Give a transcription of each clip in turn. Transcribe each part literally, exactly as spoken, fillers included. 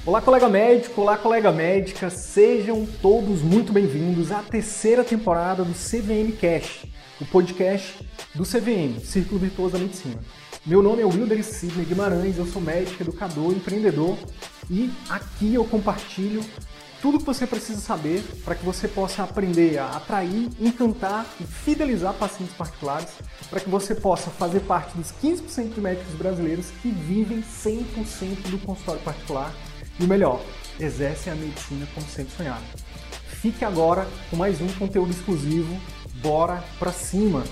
Olá, colega médico, olá, colega médica, sejam todos muito bem-vindos à terceira temporada do C V M Cast, o podcast do C V M, Círculo Virtuoso da Medicina. Meu nome é Wilder Sidney Guimarães, eu sou médico, educador, empreendedor e aqui eu compartilho tudo que você precisa saber para que você possa aprender a atrair, encantar e fidelizar pacientes particulares, para que você possa fazer parte dos quinze por cento de médicos brasileiros que vivem cem por cento do consultório particular e o melhor, exercem a medicina como sempre sonhado. Fique agora com mais um conteúdo exclusivo. Bora pra cima!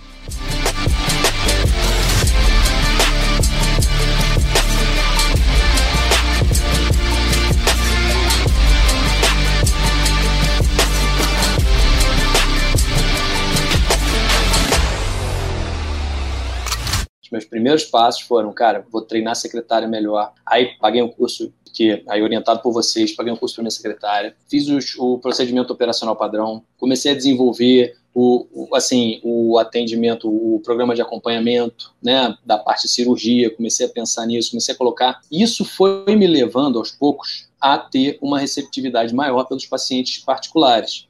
Os meus primeiros passos foram, cara, vou treinar secretária melhor. Aí paguei um curso, que, aí orientado por vocês, paguei um curso para minha secretária. Fiz os, o procedimento operacional padrão. Comecei a desenvolver o, o, assim, o atendimento, o programa de acompanhamento, né, da parte de cirurgia. Comecei a pensar nisso, comecei a colocar. Isso foi me levando, aos poucos, a ter uma receptividade maior pelos pacientes particulares.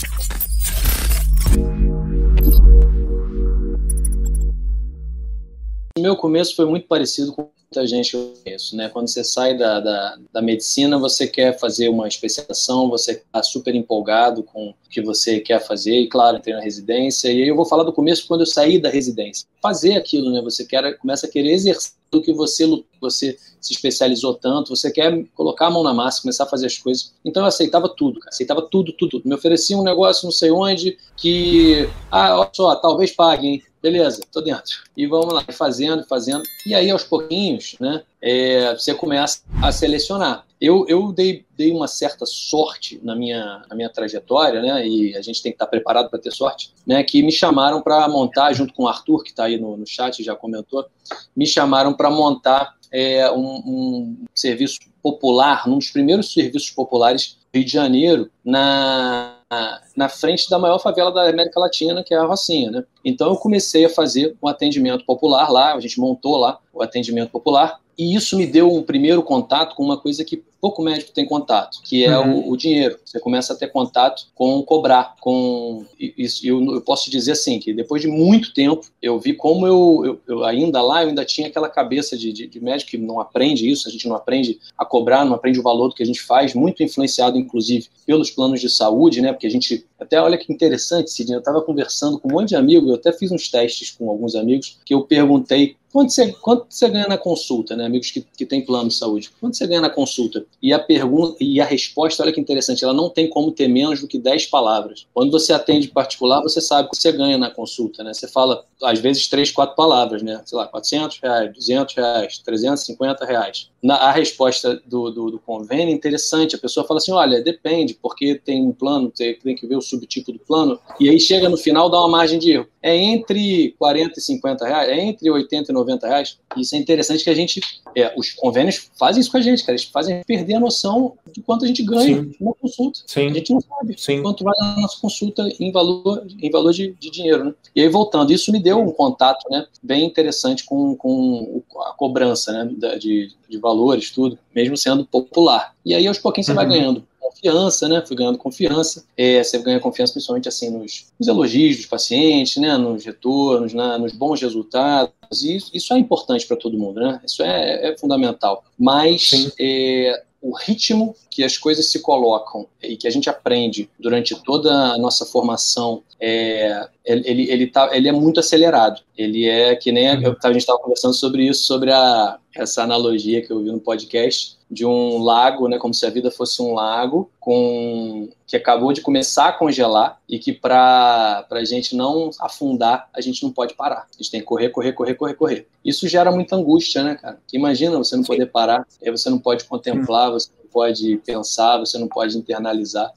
O meu começo foi muito parecido com muita gente que eu conheço, né? Quando você sai da, da, da medicina, você quer fazer uma especialização, você está super empolgado com o que você quer fazer, e claro, entrei na residência, e aí eu vou falar do começo quando eu saí da residência. Fazer aquilo, né? Você quer, começa a querer exercer o que você, você se especializou tanto, você quer colocar a mão na massa, começar a fazer as coisas. Então eu aceitava tudo, cara. Aceitava tudo, tudo, tudo. Me oferecia um negócio não sei onde, que, ah, olha só, talvez pague, hein? Beleza, tô dentro. E vamos lá, fazendo, fazendo. E aí, aos pouquinhos, né, é, você começa a selecionar. Eu, eu dei, dei uma certa sorte na minha, na minha trajetória, né, e a gente tem que estar preparado para ter sorte, né, que me chamaram para montar, junto com o Arthur, que está aí no, no chat, já comentou, me chamaram para montar é, um, um serviço popular, um dos primeiros serviços populares do Rio de Janeiro, na... na frente da maior favela da América Latina, que é a Rocinha, né? Então eu comecei a fazer um atendimento popular lá, a gente montou lá o atendimento popular, e isso me deu um primeiro contato com uma coisa que pouco médico tem contato, que é uhum. o, o dinheiro. Você começa a ter contato com cobrar, com isso. Eu, eu posso te dizer assim, que depois de muito tempo, eu vi como eu, eu, eu ainda lá, eu ainda tinha aquela cabeça de, de, de médico que não aprende isso, a gente não aprende a cobrar, não aprende o valor do que a gente faz, muito influenciado, inclusive, pelos planos de saúde, né? Porque a gente, até olha que interessante, Sidney, eu estava conversando com um monte de amigos, eu até fiz uns testes com alguns amigos, que eu perguntei, quanto você, quanto você ganha na consulta, né? Amigos que, que têm plano de saúde, quanto você ganha na consulta? E a pergunta, e a resposta, olha que interessante, ela não tem como ter menos do que dez palavras. Quando você atende particular, você sabe que você ganha na consulta, né? Você fala, às vezes, três, quatro palavras, né? Sei lá, quatrocentos reais, duzentos reais, trezentos e cinquenta reais. Na, a resposta do, do, do convênio é interessante, a pessoa fala assim, olha, depende, porque tem um plano, tem, tem que ver o subtipo do plano, e aí chega no final, dá uma margem de erro. É entre quarenta e cinquenta reais, é entre oitenta e noventa reais. Isso é interessante que a gente, é, os convênios fazem isso com a gente, cara, eles fazem a gente perder a noção de quanto a gente ganha Sim. na consulta. Sim. A gente não sabe Sim. quanto vai a nossa consulta em valor, em valor de, de dinheiro, né? E aí, voltando, isso me deu um contato, né, bem interessante com, com a cobrança, né, de, de valores, tudo, mesmo sendo popular. E aí, aos pouquinhos, você uhum. vai ganhando confiança, né? Fui ganhando confiança. É, você ganha confiança principalmente assim nos, nos elogios dos pacientes, né? Nos retornos, né? Nos bons resultados. E isso, isso é importante para todo mundo, né? Isso é, é fundamental. Mas é, o ritmo que as coisas se colocam e que a gente aprende durante toda a nossa formação, é, ele, ele, tá, ele é muito acelerado. Ele é que nem a, a gente estava conversando sobre isso, sobre a, essa analogia que eu vi no podcast, de um lago, né, como se a vida fosse um lago com, que acabou de começar a congelar e que para a gente não afundar, a gente não pode parar. A gente tem que correr, correr, correr, correr, correr. Isso gera muita angústia, né, cara? Porque imagina você não poder parar, aí você não pode contemplar, você não pode pensar, você não pode internalizar.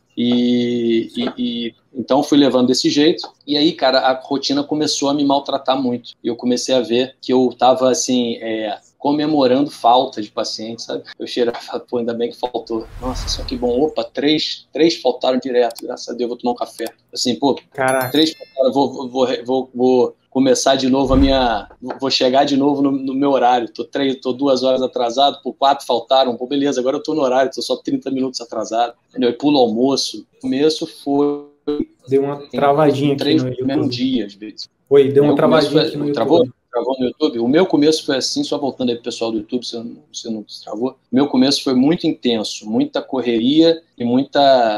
E, e, e então fui levando desse jeito, e aí, cara, a rotina começou a me maltratar muito. E eu comecei a ver que eu tava assim, é, comemorando falta de paciente, sabe? Eu cheirava, pô, ainda bem que faltou. Nossa, só que bom. Opa, três, três faltaram direto. Graças a Deus, eu vou tomar um café. Assim, pô, Caraca. três faltaram, vou, vou, vou, vou, começar de novo a minha... Vou chegar de novo no, no meu horário. Tô, três, tô duas horas atrasado, por quatro faltaram. Pô, beleza, agora eu tô no horário, tô só trinta minutos atrasado. Entendeu? E pulo almoço. O começo foi... Deu uma travadinha aqui no YouTube. Mesmo dia, às vezes. Oi, deu uma meu travadinha foi, aqui no YouTube. Travou? Travou no YouTube? O meu começo foi assim, só voltando aí pro pessoal do YouTube, se não, se não travou. O meu começo foi muito intenso, muita correria e muita...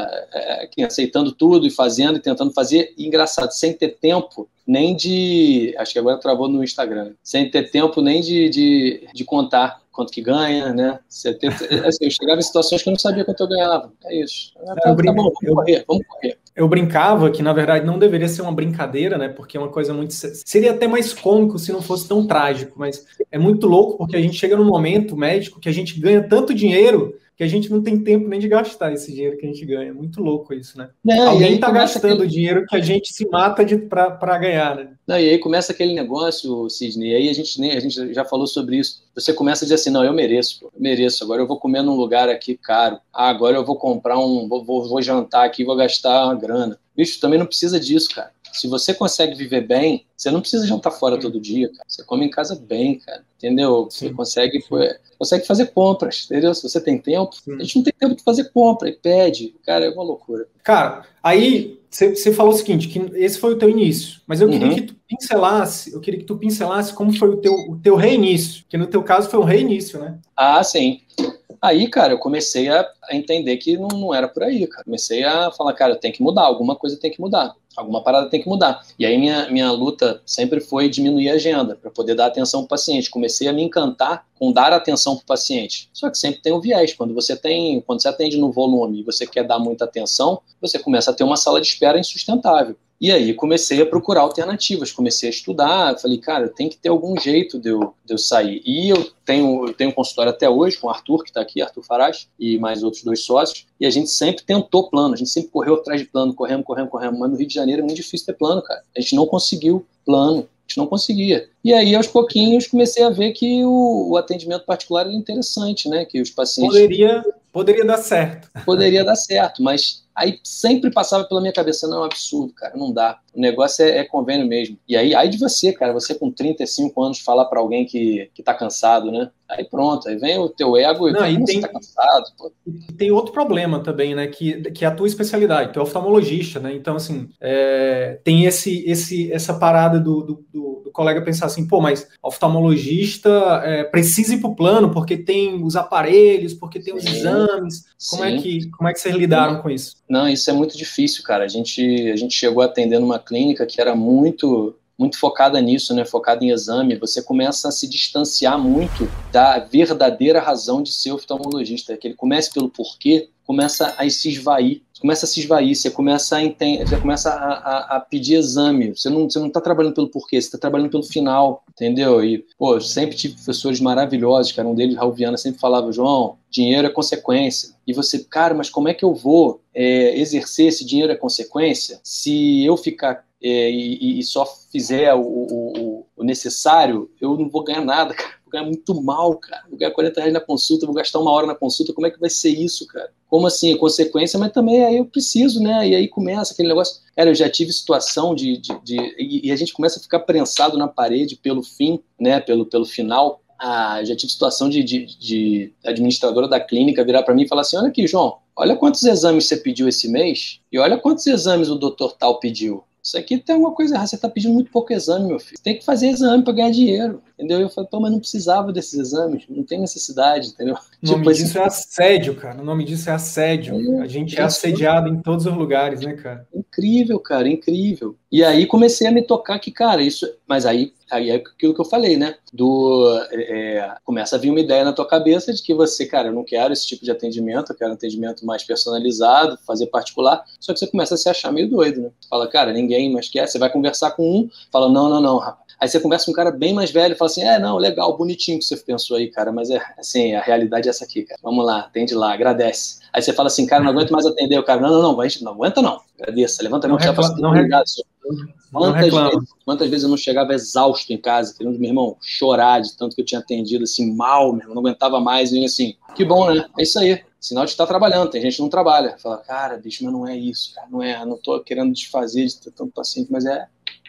É, aceitando tudo e fazendo e tentando fazer. E, engraçado, sem ter tempo nem de... Acho que agora travou no Instagram. Sem ter tempo nem de, de, de contar quanto que ganha, né? Ter, assim, eu chegava em situações que eu não sabia quanto eu ganhava. É isso. Ah, tá, tá bom, vamos eu... correr, vamos correr. Eu brincava que, na verdade, não deveria ser uma brincadeira, né? Porque é uma coisa muito... Seria até mais cômico se não fosse tão trágico, mas é muito louco porque a gente chega num momento médico que a gente ganha tanto dinheiro que a gente não tem tempo nem de gastar esse dinheiro que a gente ganha. É muito louco isso, né? Não, Alguém tá gastando aquele... dinheiro que a gente se mata de, pra, pra ganhar, né? Não, e aí começa aquele negócio, Sidney, e aí a gente, nem, a gente já falou sobre isso. Você começa a dizer assim, não, eu mereço, pô, eu mereço, agora eu vou comer num lugar aqui caro, ah, agora eu vou comprar um, vou, vou, vou jantar aqui, vou gastar uma grana. Bicho, também não precisa disso, cara. Se você consegue viver bem, você não precisa jantar fora todo dia, cara. Você come em casa bem, cara. Entendeu? Você sim, consegue, sim. consegue fazer compras, entendeu? Se você tem tempo. Sim. A gente não tem tempo de fazer compra e pede. Cara, é uma loucura. Cara, aí você falou o seguinte, que esse foi o teu início. Mas eu queria uhum. que tu pincelasse, eu queria que tu pincelasse como foi o teu, o teu reinício. Que no teu caso foi um reinício, né? Ah, sim. Aí, cara, eu comecei a, a entender que não, não era por aí, cara. Comecei a falar, cara, tem que mudar, alguma coisa tem que mudar. Alguma parada tem que mudar. E aí minha, minha luta sempre foi diminuir a agenda para poder dar atenção para o paciente. Comecei a me encantar com dar atenção para o paciente. Só que sempre tem o viés. Quando você tem, quando você atende no volume e você quer dar muita atenção, você começa a ter uma sala de espera insustentável. E aí comecei a procurar alternativas, comecei a estudar, falei, cara, tem que ter algum jeito de eu, de eu sair. E eu tenho, eu tenho um consultório até hoje com o Arthur, que está aqui, Arthur Farage, e mais outros dois sócios, e a gente sempre tentou plano, a gente sempre correu atrás de plano, corremos, corremos, corremos, mas no Rio de Janeiro é muito difícil ter plano, cara. A gente não conseguiu plano, a gente não conseguia. E aí, aos pouquinhos, comecei a ver que o, o atendimento particular era interessante, né? Que os pacientes... Poderia, poderia dar certo. Poderia dar certo, mas aí sempre passava pela minha cabeça, não, é um absurdo, cara, não dá. O negócio é, é convênio mesmo. E aí, aí de você, cara, você com trinta e cinco anos falar para alguém que, que tá cansado, né? Aí pronto, aí vem o teu ego e não, e tem, você tá cansado. Pô. E tem outro problema também, né? Que, que é a tua especialidade, tu é oftalmologista, né? Então, assim, é, tem esse, esse, essa parada do, do, do, do colega pensar assim, pô, mas oftalmologista é, precisa ir pro plano porque tem os aparelhos, porque tem os exames. Como é, que, como é que vocês lidaram com isso? Não, isso é muito difícil, cara. A gente, a gente chegou a atender numa clínica que era muito... muito focada nisso, né? Focada em exame, você começa a se distanciar muito da verdadeira razão de ser oftalmologista, que ele comece pelo porquê, começa a se esvair, começa a se esvair, você começa a, entender, você começa a, a, a pedir exame, você não, você não tá trabalhando pelo porquê, você tá trabalhando pelo final, entendeu? E, pô, eu sempre tive professores maravilhosos, que era um deles, Raul Viana, sempre falava, João, dinheiro é consequência. E você, cara, mas como é que eu vou é, exercer esse dinheiro é consequência se eu ficar É, e, e só fizer o, o, o necessário, eu não vou ganhar nada, cara. Vou ganhar muito mal, cara. Vou ganhar quarenta reais na consulta, vou gastar uma hora na consulta. Como é que vai ser isso, cara? Como assim? Consequência, mas também aí eu preciso, né? E aí começa aquele negócio. Cara, eu já tive situação de... de, de e, e a gente começa a ficar prensado na parede pelo fim, né? Pelo, pelo final. Ah, já tive situação de, de, de administradora da clínica virar para mim e falar assim, olha aqui, João, olha quantos exames você pediu esse mês e olha quantos exames o doutor tal pediu. Isso aqui tem uma coisa errada, você está pedindo muito pouco exame, meu filho. Você tem que fazer exame para ganhar dinheiro, entendeu? Eu falei, pô, mas não precisava desses exames, não tem necessidade, entendeu? O nome tipo, disso esse... é assédio, cara. O nome disso é assédio. É, a gente é, é assediado em todos os lugares, né, cara? Incrível, cara, incrível. E aí comecei a me tocar que, cara, isso... Mas aí, aí é aquilo que eu falei, né? Do, é, começa a vir uma ideia na tua cabeça de que você, cara, eu não quero esse tipo de atendimento, eu quero um atendimento mais personalizado, fazer particular, só que você começa a se achar meio doido, né? Fala, cara, ninguém mais quer. Você vai conversar com um, fala, não, não, não, rapaz. Aí você conversa com um cara bem mais velho e fala assim, é, não, legal, bonitinho que você pensou aí, cara, mas é assim, a realidade é essa aqui, cara. Vamos lá, atende lá, agradece. Aí você fala assim, cara, não aguento mais atender. O cara, não, não, não, vai, não aguenta não, agradeça, levanta a mão, não, reclama, não, reclama, quantas, não vezes, quantas vezes eu não chegava exausto em casa, querendo, meu irmão, chorar de tanto que eu tinha atendido, assim, mal, meu irmão, não aguentava mais, e assim, que bom, né? É isso aí. Sinal de estar trabalhando, tem gente que não trabalha. Fala, cara, bicho, mas não é isso, cara, não é, não tô querendo desfazer de ter tanto paciente, mas é...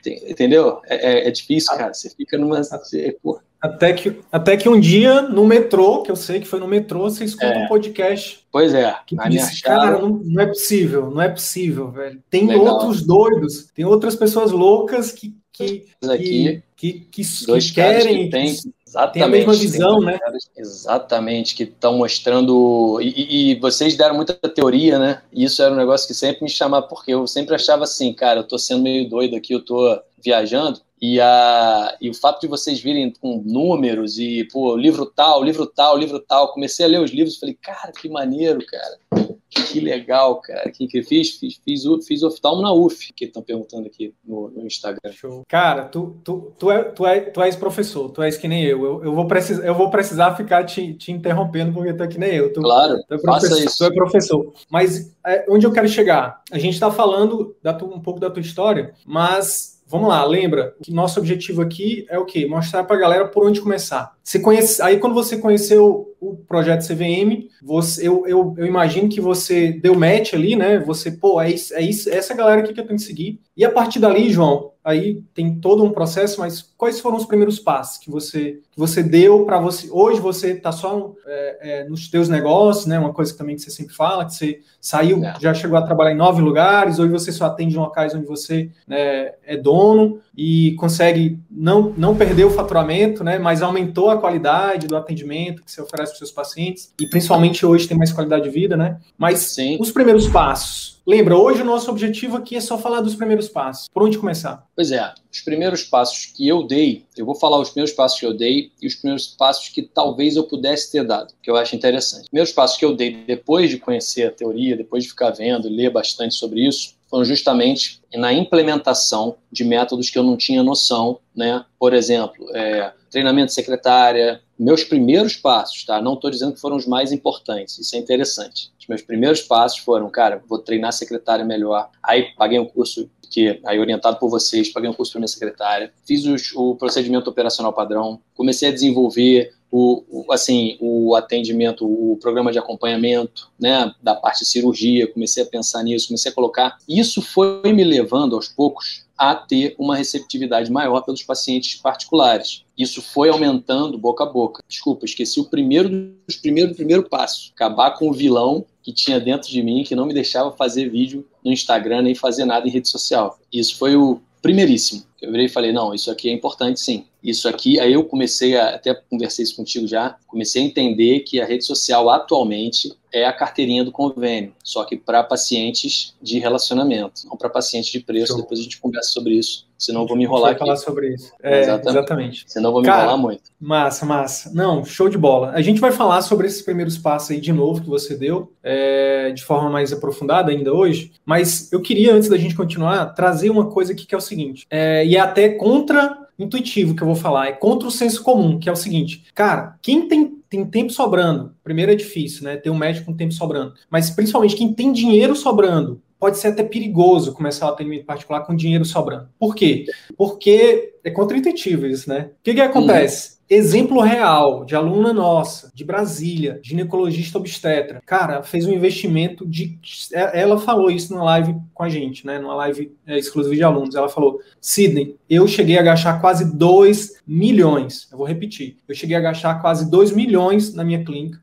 entendeu? É, é difícil, cara. Você fica numa... Você, até, que, até que um dia, no metrô, que eu sei que foi no metrô, você escuta é. um podcast. Pois é. Que diz, cara, não, não é possível, não é possível, velho. Tem Legal. outros doidos, tem outras pessoas loucas que... que, aqui, que, que, que, dois que querem... que tem, exatamente, tem a mesma visão, né? Caras, exatamente, que estão mostrando... E, e vocês deram muita teoria, né? E isso era um negócio que sempre me chamava, porque eu sempre achava assim, cara, eu tô sendo meio doido aqui, eu tô viajando, e, a, e o fato de vocês virem com números e, pô, livro tal, livro tal, livro tal, comecei a ler os livros e falei, cara, que maneiro, cara. Que legal, cara. Quem que eu fiz? Fiz, fiz, fiz oftalmo na U F, que estão perguntando aqui no, no Instagram. Show. Cara, tu, tu, tu, é, tu, é, tu és professor, tu és que nem eu. Eu, eu, vou, precis, eu vou precisar ficar te, te interrompendo porque tu é que nem eu. Tu, claro, tu é faça isso. Tu é professor. Mas é, onde eu quero chegar? A gente está falando da tu, um pouco da tua história, mas... Vamos lá, lembra que nosso objetivo aqui é o quê? Mostrar para a galera por onde começar. Você conhece, aí quando você conheceu o projeto C V M, você, eu, eu, eu imagino que você deu match ali, né? Você, pô, é, isso, é, isso, é essa galera aqui que eu tenho que seguir. E a partir dali, João, aí tem todo um processo, mas quais foram os primeiros passos que você, que você deu para você? Hoje você está só é, é, nos teus negócios, né? Uma coisa também que você sempre fala, que você saiu, é. já chegou a trabalhar em nove lugares, hoje você só atende em locais onde você né, é dono e consegue não, não perder o faturamento, né? Mas aumentou a qualidade do atendimento que você oferece para os seus pacientes e principalmente hoje tem mais qualidade de vida, né? Mas Sim. os primeiros passos. Lembra, hoje o nosso objetivo aqui é só falar dos primeiros passos. Por onde começar? Pois é, os primeiros passos que eu dei, eu vou falar os primeiros passos que eu dei e os primeiros passos que talvez eu pudesse ter dado, que eu acho interessante. Os primeiros passos que eu dei depois de conhecer a teoria, depois de ficar vendo, ler bastante sobre isso, foram justamente na implementação de métodos que eu não tinha noção, né? Por exemplo, é, treinamento de secretária, meus primeiros passos, tá? Não estou dizendo que foram os mais importantes, isso é interessante. Os meus primeiros passos foram, cara, vou treinar secretária melhor. Aí paguei um curso, que, aí orientado por vocês, paguei um curso para minha secretária, fiz os, o procedimento operacional padrão, comecei a desenvolver o, o, assim, o atendimento, o programa de acompanhamento, né, da parte de cirurgia, comecei a pensar nisso, comecei a colocar. Isso foi me levando aos poucos a ter uma receptividade maior pelos pacientes particulares. Isso foi aumentando boca a boca. Desculpa, esqueci o primeiro, os primeiro, primeiro passo. Acabar com o vilão que tinha dentro de mim, que não me deixava fazer vídeo no Instagram, nem fazer nada em rede social. Isso foi o primeiríssimo. Eu virei e falei, não, isso aqui é importante sim. Isso aqui, aí eu comecei a, até conversei isso contigo já, comecei a entender que a rede social atualmente é a carteirinha do convênio, só que para pacientes de relacionamento, não para pacientes de preço. Show. Depois a gente conversa sobre isso, senão eu vou me enrolar aqui. falar sobre isso. É, exatamente. exatamente. Senão eu vou me Cara, enrolar muito. Massa, massa. Não, show de bola. A gente vai falar sobre esses primeiros passos aí de novo que você deu, é, de forma mais aprofundada ainda hoje, mas eu queria, antes da gente continuar, trazer uma coisa aqui que é o seguinte, é, e é até contra... intuitivo que eu vou falar, é contra o senso comum, que é o seguinte, cara, quem tem, tem tempo sobrando, primeiro é difícil, né, ter um médico com tempo sobrando, mas principalmente quem tem dinheiro sobrando, pode ser até perigoso começar o atendimento particular com dinheiro sobrando. Por quê? Porque é contra-intuitivo isso, né? O que que acontece? Uhum. Exemplo real de aluna nossa, de Brasília, ginecologista obstetra. Cara, fez um investimento de... Ela falou isso numa live com a gente, né? Numa live é, exclusiva de alunos. Ela falou, Sidney, eu cheguei a gastar quase dois milhões. Eu vou repetir. Eu cheguei a gastar quase dois milhões na minha clínica.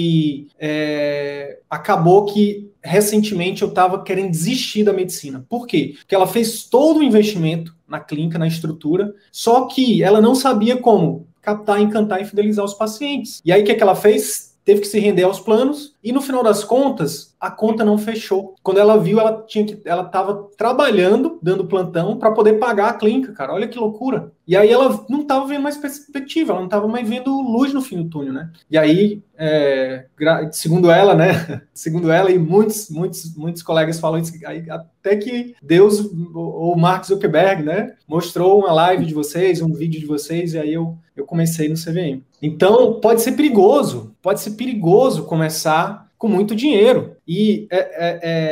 E é, acabou que recentemente eu estava querendo desistir da medicina. Por quê? Porque ela fez todo o investimento na clínica, na estrutura, só que ela não sabia como captar, encantar e fidelizar os pacientes. E aí o que, é que ela fez? Teve que se render aos planos e no final das contas, a conta não fechou. Quando ela viu, ela tinha que, ela estava trabalhando, dando plantão para poder pagar a clínica, cara. Olha que loucura. E aí ela não estava vendo mais perspectiva, ela não estava mais vendo luz no fim do túnel, né? E aí, é, segundo ela, né? Segundo ela e muitos, muitos, muitos colegas falam isso, aí, até que Deus, ou Mark Zuckerberg, né? Mostrou uma live de vocês, um vídeo de vocês, e aí eu, eu comecei no C V M. Então, pode ser perigoso, pode ser perigoso começar com muito dinheiro. E é, é, é,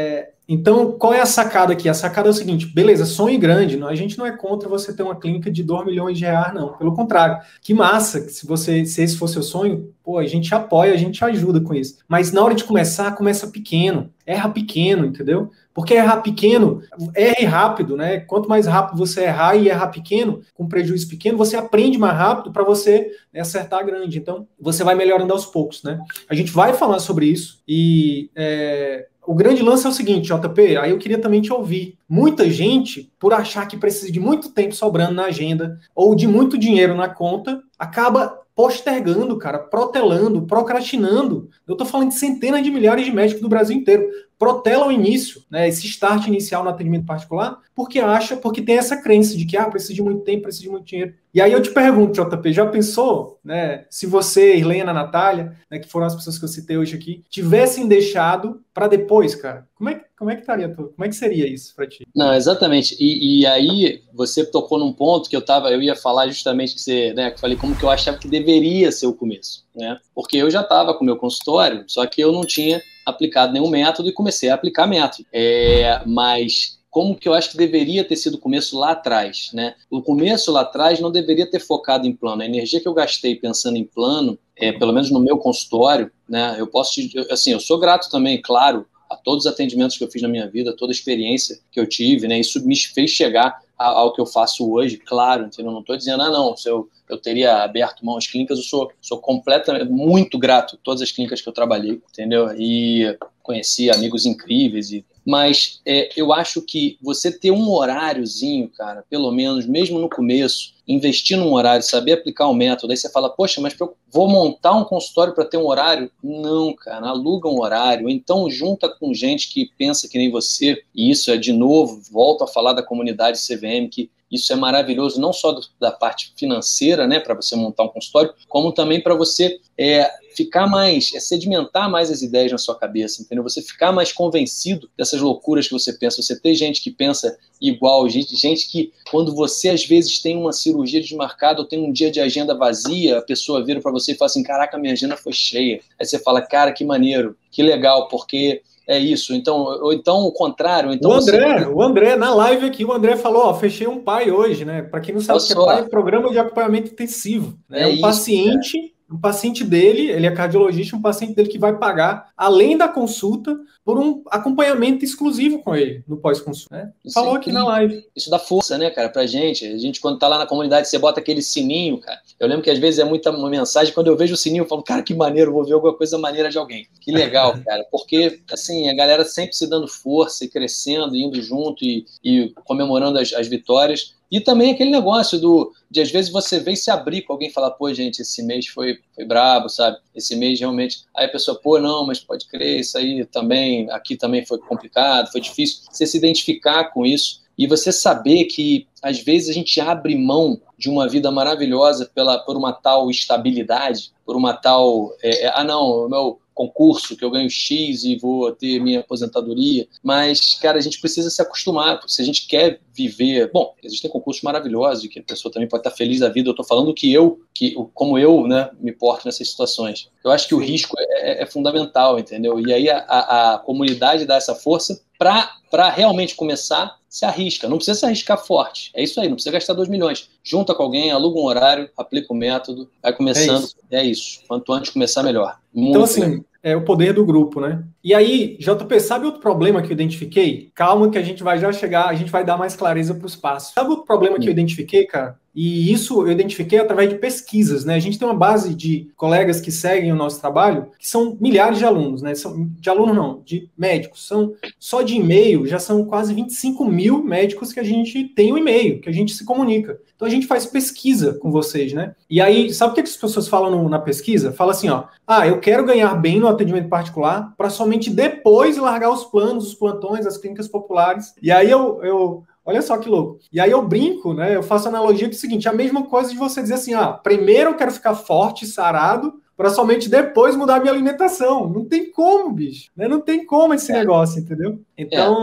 Então, qual é a sacada aqui? A sacada é o seguinte, beleza, sonhe grande, não, a gente não é contra você ter uma clínica de dois milhões de reais, não. Pelo contrário, que massa, que se, você, se esse for seu sonho, pô, a gente apoia, a gente ajuda com isso. Mas na hora de começar, começa pequeno, erra pequeno, entendeu? Porque errar pequeno, erre rápido, né? Quanto mais rápido você errar e errar pequeno, com prejuízo pequeno, você aprende mais rápido para você, né, acertar grande. Então, você vai melhorando aos poucos, né? A gente vai falar sobre isso e... É... O grande lance é o seguinte, J P, aí eu queria também te ouvir. Muita gente, por achar que precisa de muito tempo sobrando na agenda ou de muito dinheiro na conta, acaba postergando, cara, protelando, procrastinando. Eu tô falando de centenas de milhares de médicos do Brasil inteiro. Protela o início, né, esse start inicial no atendimento particular, porque acha, porque tem essa crença de que, ah, precisa de muito tempo, precisa de muito dinheiro. E aí eu te pergunto, J P, já pensou, né, se você, Helena, Natália, né, que foram as pessoas que eu citei hoje aqui, tivessem deixado para depois, cara? Como é, como é que estaria tudo? Como é que seria isso para ti? Não, exatamente. E, e aí você tocou num ponto que eu tava, eu ia falar justamente que você, né, que eu falei como que eu achava que deveria ser o começo, né? Porque eu já estava com o meu consultório, só que eu não tinha aplicado nenhum método e comecei a aplicar método. É, mas como que eu acho que deveria ter sido o começo lá atrás, né? O começo lá atrás não deveria ter focado em plano. A energia que eu gastei pensando em plano, é, pelo menos no meu consultório, né? Eu posso, te, eu, assim, eu sou grato também, claro, a todos os atendimentos que eu fiz na minha vida, toda a experiência que eu tive, né? Isso me fez chegar ao que eu faço hoje, claro, entendeu? Não estou dizendo, ah, não, se eu, eu teria aberto mão às clínicas, eu sou, sou completamente, muito grato a todas as clínicas que eu trabalhei, entendeu? E conheci amigos incríveis, e, mas é, eu acho que você ter um horáriozinho, cara, pelo menos, mesmo no começo, investir num horário, saber aplicar um método, aí você fala, poxa, mas eu vou montar um consultório para ter um horário? Não, cara, aluga um horário, ou então junta com gente que pensa que nem você, e isso é, de novo, volto a falar da comunidade C V M, que isso é maravilhoso, não só do, da parte financeira, né, para você montar um consultório, como também para você é, ficar mais, é, sedimentar mais as ideias na sua cabeça, entendeu? Você ficar mais convencido dessas loucuras que você pensa. Você tem gente que pensa igual, gente, gente que, quando você às vezes tem uma cirurgia desmarcada ou tem um dia de agenda vazia, a pessoa vira para você e fala assim, caraca, minha agenda foi cheia. Aí você fala, cara, que maneiro, que legal, porque... É isso, então, ou então o contrário. Então o André, você... o André, na live aqui, o André falou, ó, fechei um pai hoje, né? Para quem não sabe o que é pai, é programa de acompanhamento intensivo. Né? É um isso, paciente, cara. Um paciente dele, ele é cardiologista, um paciente dele que vai pagar, além da consulta, por um acompanhamento exclusivo com ele no pós-consulta. Né? Falou aqui na live. Isso dá força, né, cara, pra gente. A gente, quando tá lá na comunidade, você bota aquele sininho, cara. Eu lembro que às vezes é muita uma mensagem, quando eu vejo o sininho, eu falo, cara, que maneiro, vou ver alguma coisa maneira de alguém. Que legal, cara. Porque, assim, a galera sempre se dando força e crescendo, indo junto e, e comemorando as, as vitórias. E também aquele negócio do, de às vezes você vem se abrir com alguém e falar, pô, gente, esse mês foi, foi brabo, sabe? Esse mês realmente... Aí a pessoa, pô, não, mas pode crer, isso aí também, aqui também foi complicado, foi difícil. Você se identificar com isso e você saber que, às vezes, a gente abre mão de uma vida maravilhosa pela, por uma tal estabilidade, por uma tal... É, é, ah, não, o meu... concurso, que eu ganho X e vou ter minha aposentadoria, mas, cara, a gente precisa se acostumar, porque se a gente quer viver... Bom, existem concursos maravilhosos, que a pessoa também pode estar feliz da vida, eu estou falando que eu, que, como eu, né, me porto nessas situações. Eu acho que Sim. o risco é, é fundamental, entendeu? E aí a, a, a comunidade dá essa força para realmente começar, se arrisca. Não precisa se arriscar forte. É isso aí, não precisa gastar dois milhões. Junta com alguém, aluga um horário, aplica o método, vai começando. É isso. É isso. Quanto antes começar, melhor. Muito então, assim, legal. É o poder do grupo, né? E aí, J P, sabe outro problema que eu identifiquei? Calma que a gente vai já chegar, a gente vai dar mais clareza para os passos. Sabe outro problema que eu identifiquei, cara? E isso eu identifiquei através de pesquisas, né? A gente tem uma base de colegas que seguem o nosso trabalho, que são milhares de alunos, né? São, de alunos não, de médicos. São, só de e-mail já são quase vinte e cinco mil médicos que a gente tem o e-mail, que a gente se comunica. Então a gente faz pesquisa com vocês, né? E aí, sabe o que as pessoas falam no, na pesquisa? Fala assim, ó, ah, eu quero ganhar bem no atendimento particular para somente depois largar os planos, os plantões, as clínicas populares. E aí eu... eu olha só que louco. E aí eu brinco, né? Eu faço a analogia que é o seguinte, a mesma coisa de você dizer assim, ah, primeiro eu quero ficar forte, sarado, para somente depois mudar minha alimentação. Não tem como, bicho. Né? Não tem como esse é. negócio, entendeu? Então,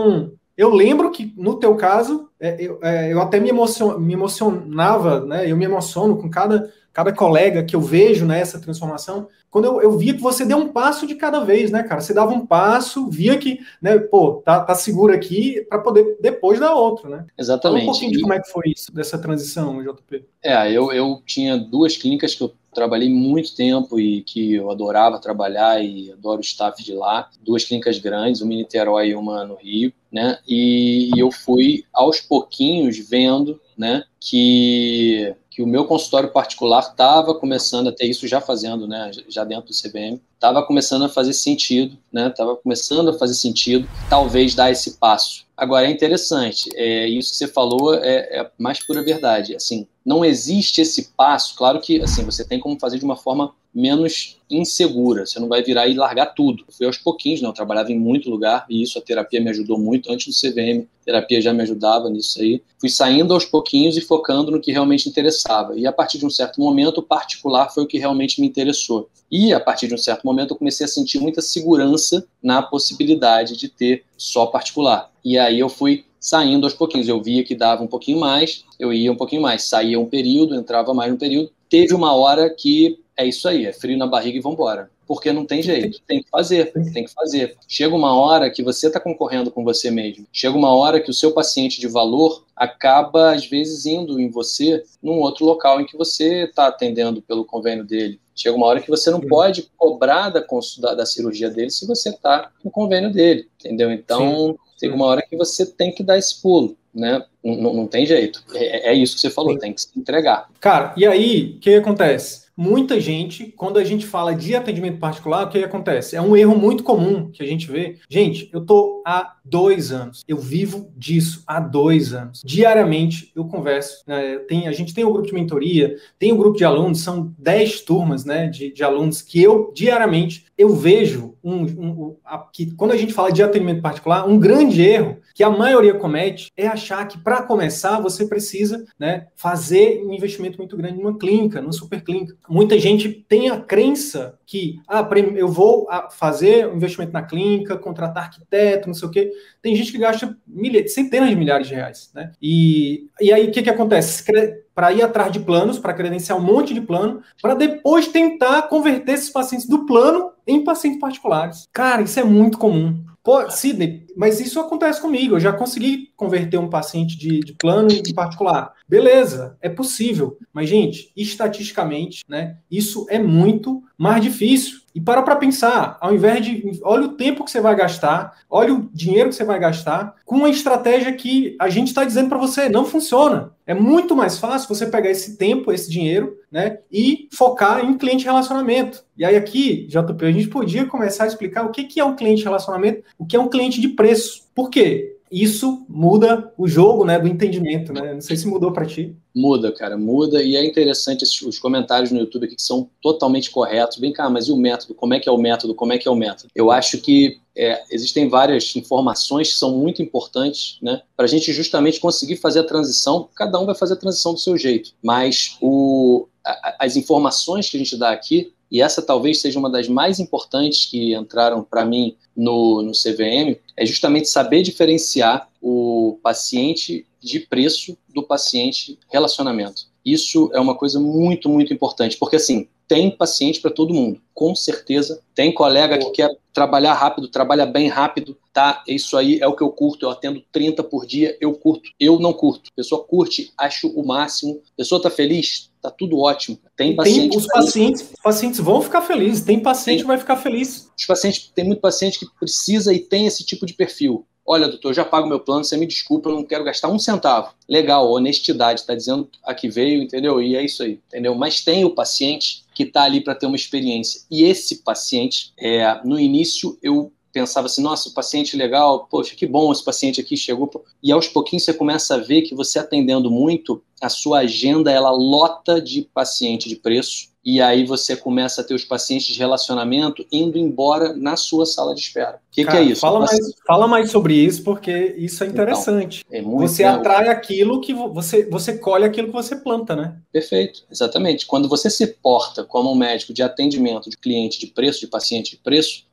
eu lembro que, no teu caso, é, eu, é, eu até me, emocion, me emocionava, né? Eu me emociono com cada, cada colega que eu vejo nessa transformação, quando eu, eu via que você deu um passo de cada vez, né, cara? Você dava um passo, via que, né, pô, tá, tá seguro aqui para poder depois dar outro, né? Exatamente. Fala um pouquinho de como é que foi isso, dessa transição, J P. É, eu, eu tinha duas clínicas que eu trabalhei muito tempo e que eu adorava trabalhar e adoro o staff de lá. Duas clínicas grandes, uma em Niterói e uma no Rio, né? E, e eu fui aos pouquinhos vendo, né, que, que o meu consultório particular estava começando a ter isso já fazendo, né, já dentro do C V M, estava começando a fazer sentido, né, estava começando a fazer sentido, talvez dar esse passo. Agora, é interessante, é, isso que você falou é, é a mais pura verdade, assim, não existe esse passo, claro que, assim, você tem como fazer de uma forma menos insegura, você não vai virar e largar tudo. Eu fui aos pouquinhos, né? Eu trabalhava em muito lugar e isso, a terapia me ajudou muito. Antes do C V M, a terapia já me ajudava nisso aí. Fui saindo aos pouquinhos e focando no que realmente interessava. E a partir de um certo momento, o particular foi o que realmente me interessou. E a partir de um certo momento, eu comecei a sentir muita segurança na possibilidade de ter só particular. E aí eu fui saindo aos pouquinhos. Eu via que dava um pouquinho mais, eu ia um pouquinho mais. Saía um período, entrava mais um período. Teve uma hora que é isso aí, é frio na barriga e vambora. Porque não tem jeito, tem que fazer, tem que fazer. Chega uma hora que você está concorrendo com você mesmo. Chega uma hora que o seu paciente de valor acaba, às vezes, indo em você num outro local em que você está atendendo pelo convênio dele. Chega uma hora que você não pode cobrar da, da, da cirurgia dele se você está no convênio dele, entendeu? Então, Sim. chega uma hora que você tem que dar esse pulo, né? Não, não tem jeito. É, é isso que você falou, Sim. tem que se entregar. Cara, e aí, o que acontece? Muita gente, quando a gente fala de atendimento particular, o que acontece? É um erro muito comum que a gente vê. Gente, eu tô há dois anos, eu vivo disso há dois anos. Diariamente eu converso, né? tem, a gente tem o grupo de mentoria, tem o grupo de alunos, são dez turmas, né, de, de alunos que eu, diariamente, eu vejo um, um, a, que quando a gente fala de atendimento particular, um grande erro que a maioria comete é achar que para começar você precisa, né, fazer um investimento muito grande numa clínica, numa super clínica. Muita gente tem a crença que ah, eu vou fazer um investimento na clínica, contratar arquiteto, não sei o quê. Tem gente que gasta milhares, centenas de milhares de reais, né? E, e aí o que, que acontece? Para ir atrás de planos, para credenciar um monte de plano, para depois tentar converter esses pacientes do plano em pacientes particulares. Cara, isso é muito comum. Pô, Sidney, mas isso acontece comigo. Eu já consegui converter um paciente de, de plano em particular. Beleza, é possível. Mas, gente, estatisticamente, né, isso é muito mais difícil. E para para pensar, ao invés de... Olha o tempo que você vai gastar, olha o dinheiro que você vai gastar com uma estratégia que a gente está dizendo para você, não funciona. É muito mais fácil você pegar esse tempo, esse dinheiro, né, e focar em cliente relacionamento. E aí aqui, J P, a gente podia começar a explicar o que, que é um cliente relacionamento, o que é um cliente de preço. Por quê? Isso muda o jogo, né, do entendimento, né? Não sei se mudou para ti. Muda, cara, muda. E é interessante esses, os comentários no YouTube aqui que são totalmente corretos. Vem cá, mas e o método? Como é que é o método? Como é que é o método? Eu acho que é, existem várias informações que são muito importantes, né, para a gente justamente conseguir fazer a transição. Cada um vai fazer a transição do seu jeito. Mas o, a, as informações que a gente dá aqui, e essa talvez seja uma das mais importantes que entraram para mim no, no C V M, é justamente saber diferenciar o paciente de preço do paciente relacionamento. Isso é uma coisa muito, muito importante, porque assim, tem paciente para todo mundo, com certeza. Tem colega que quer trabalhar rápido, trabalha bem rápido, tá? Isso aí é o que eu curto, eu atendo trinta por dia, eu curto. Eu não curto. A pessoa curte, acho o máximo. A pessoa tá feliz, tá tudo ótimo. Tem paciente... Tem, os pacientes, pacientes vão ficar felizes, tem paciente tem, que vai ficar feliz. Os pacientes, tem muito paciente que precisa e tem esse tipo de perfil. Olha, doutor, eu já pago meu plano, você me desculpa, eu não quero gastar um centavo. Legal, honestidade, tá dizendo a que veio, entendeu? E é isso aí, entendeu? Mas tem o paciente que tá ali para ter uma experiência. E esse paciente, é, no início, eu pensava assim, nossa, o paciente legal, poxa, que bom esse paciente aqui chegou. E aos pouquinhos você começa a ver que você atendendo muito, a sua agenda, ela lota de paciente de preço. E aí você começa a ter os pacientes de relacionamento indo embora na sua sala de espera. O que, Cara, que é isso? Fala mais, fala mais sobre isso, porque isso é interessante. Então, é muito, você né? atrai aquilo que você, você colhe aquilo que você planta, né? Perfeito, exatamente. Quando você se porta como um médico de atendimento de cliente de preço, de paciente de preço,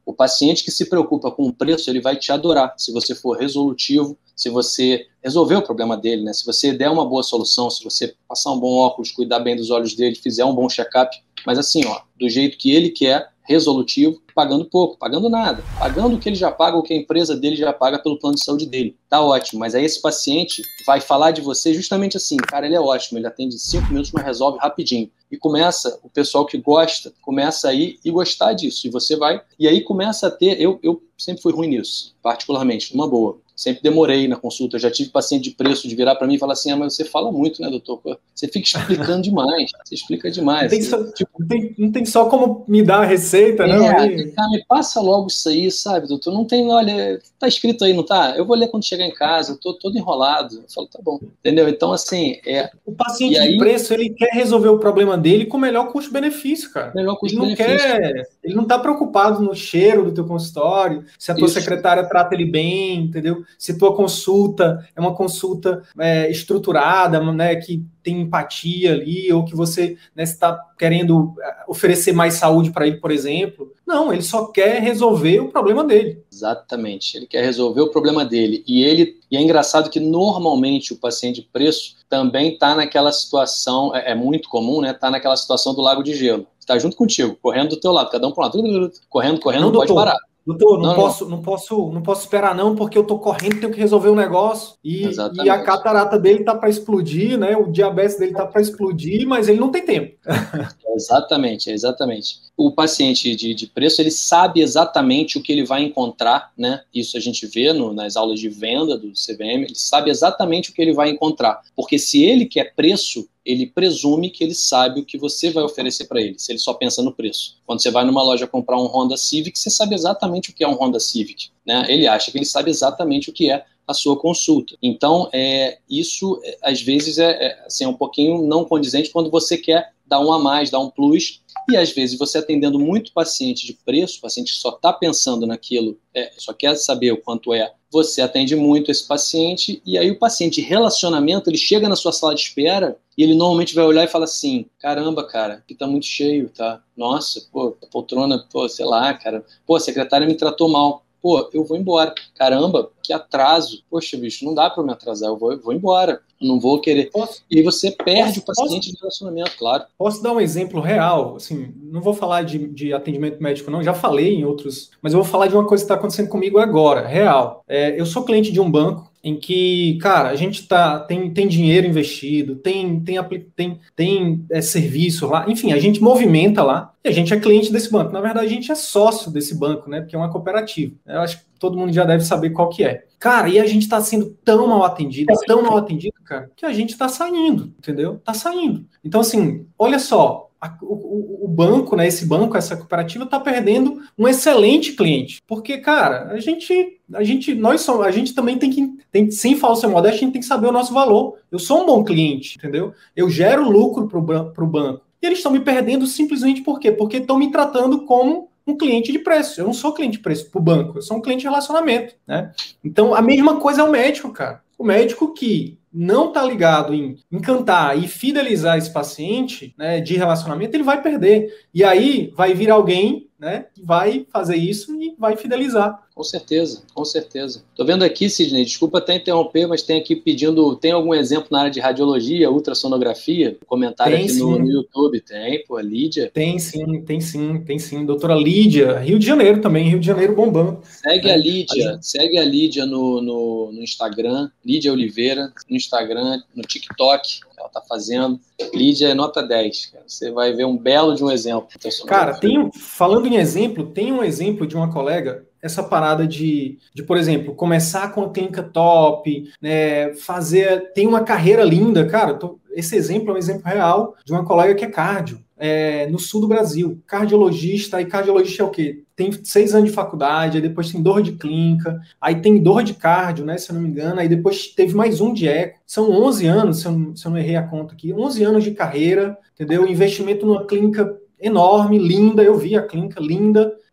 O paciente que se preocupa com o preço, ele vai te adorar, se você for resolutivo, se você resolver o problema dele, né? Se você der uma boa solução, se você passar um bom óculos, cuidar bem dos olhos dele, fizer um bom check-up, mas assim, ó, do jeito que ele quer, resolutivo, pagando pouco, pagando nada, pagando o que ele já paga, o que a empresa dele já paga pelo plano de saúde dele. Tá ótimo, mas aí esse paciente vai falar de você justamente assim, cara, ele é ótimo, ele atende cinco minutos, mas resolve rapidinho. E começa, o pessoal que gosta, começa a ir e gostar disso, e você vai, e aí começa a ter, eu, eu sempre fui ruim nisso, particularmente, numa boa. Sempre demorei na consulta, eu já tive paciente de preço de virar para mim e falar assim, ah, mas você fala muito, né, doutor? Você fica explicando demais, você explica demais. Não tem, assim, só, tipo, não, tem, não tem só como me dar a receita, é, não? Aí... Cara, me passa logo isso aí, sabe, doutor? Não tem, olha, tá escrito aí, não tá? Eu vou ler quando chegar em casa, eu tô todo enrolado. Eu falo, tá bom, entendeu? Então, assim, é... O paciente aí, de preço, ele quer resolver o problema dele com o melhor custo-benefício, cara. melhor Ele não custo-benefício. quer, ele não tá preocupado no cheiro do teu consultório, se a tua Isso. secretária trata ele bem, entendeu? Se tua consulta é uma consulta é, estruturada, né, que tem empatia ali, ou que você né, está querendo oferecer mais saúde para ele, por exemplo. Não, ele só quer resolver o problema dele. Exatamente, ele quer resolver o problema dele. E ele e é engraçado que normalmente o paciente de preço também está naquela situação, é, é muito comum, né? Está naquela situação do lago de gelo. Está junto contigo, correndo do teu lado, cada um para um lado, correndo, correndo, não, não pode parar. Doutor, não, não, posso, não. não posso, não posso esperar não, porque eu tô correndo, tenho que resolver o um negócio e, e a catarata dele tá para explodir, né? O diabetes dele tá para explodir, mas ele não tem tempo. Exatamente, exatamente. O paciente de, de preço, ele sabe exatamente o que ele vai encontrar, né? Isso a gente vê no, nas aulas de venda do C V M, ele sabe exatamente o que ele vai encontrar, porque se ele quer preço, ele presume que ele sabe o que você vai oferecer para ele, se ele só pensa no preço. Quando você vai numa loja comprar um Honda Civic, você sabe exatamente o que é um Honda Civic, né? Ele acha que ele sabe exatamente o que é a sua consulta. Então, é, isso, é, às vezes, é, é, assim, é um pouquinho não condizente quando você quer dar um a mais, dar um plus, e às vezes você atendendo muito paciente de preço, paciente que só está pensando naquilo, é, só quer saber o quanto é, você atende muito esse paciente, e aí o paciente de relacionamento, ele chega na sua sala de espera, e ele normalmente vai olhar e fala assim, caramba, cara, aqui tá muito cheio, tá? Nossa, pô, a poltrona, pô, sei lá, cara, pô, a secretária me tratou mal. Pô, eu vou embora. Caramba, que atraso. Poxa, bicho, não dá pra eu me atrasar, eu vou, eu vou embora. Eu não vou querer. Posso, e aí você perde posso, o paciente posso, de relacionamento, claro. Posso dar um exemplo real? Assim, não vou falar de, de atendimento médico, não, já falei em outros, mas eu vou falar de uma coisa que está acontecendo comigo agora, real. É, eu sou cliente de um banco em que, cara, a gente tá, tem, tem dinheiro investido, tem, tem, tem, tem é, serviço lá, enfim, a gente movimenta lá e a gente é cliente desse banco. Na verdade, a gente é sócio desse banco, né? Porque é uma cooperativa. Eu acho que todo mundo já deve saber qual que é. Cara, e a gente tá sendo tão mal atendido, tão mal atendido, cara, que a gente tá saindo, entendeu? Tá saindo. Então, assim, olha só, a, o, o banco, né, esse banco, essa cooperativa tá perdendo um excelente cliente. Porque, cara, a gente, a gente, nós somos, a gente também tem que, tem, sem falsa modéstia, a gente tem que saber o nosso valor. Eu sou um bom cliente, entendeu? Eu gero lucro pro, pro banco. E eles estão me perdendo simplesmente por quê? Porque estão me tratando como um cliente de preço. Eu não sou cliente de preço para o banco, eu sou um cliente de relacionamento, né? Então, a mesma coisa é o médico, cara. O médico que não está ligado em encantar e fidelizar esse paciente, né, de relacionamento, ele vai perder. E aí vai vir alguém, né, que vai fazer isso e vai fidelizar. Com certeza, com certeza. Tô vendo aqui, Sidney, desculpa até interromper, mas tem aqui pedindo, tem algum exemplo na área de radiologia, ultrassonografia? Comentário tem, aqui no, no YouTube. Tem, pô, Lídia? Tem sim, tem sim, tem sim. Doutora Lídia, Rio de Janeiro também, Rio de Janeiro bombando. Segue é, a Lídia, a gente... segue a Lídia no, no, no Instagram, Lídia Oliveira, no Instagram, no TikTok, que ela tá fazendo. Lídia é nota dez, cara. Você vai ver um belo de um exemplo. Cara, tem, falando em exemplo, tem um exemplo de uma colega, essa parada de, de, por exemplo, começar com a clínica top, né, fazer, tem uma carreira linda, cara, tô, esse exemplo é um exemplo real de uma colega que é cardio, é, no sul do Brasil, cardiologista, e cardiologista é o quê? Tem seis anos de faculdade, aí depois tem dor de clínica, aí tem dor de cardio, né, se eu não me engano, aí depois teve mais um de eco, são onze anos, se eu, não, se eu não errei a conta aqui, onze anos de carreira, entendeu? Investimento numa clínica enorme, linda, eu vi a clínica linda,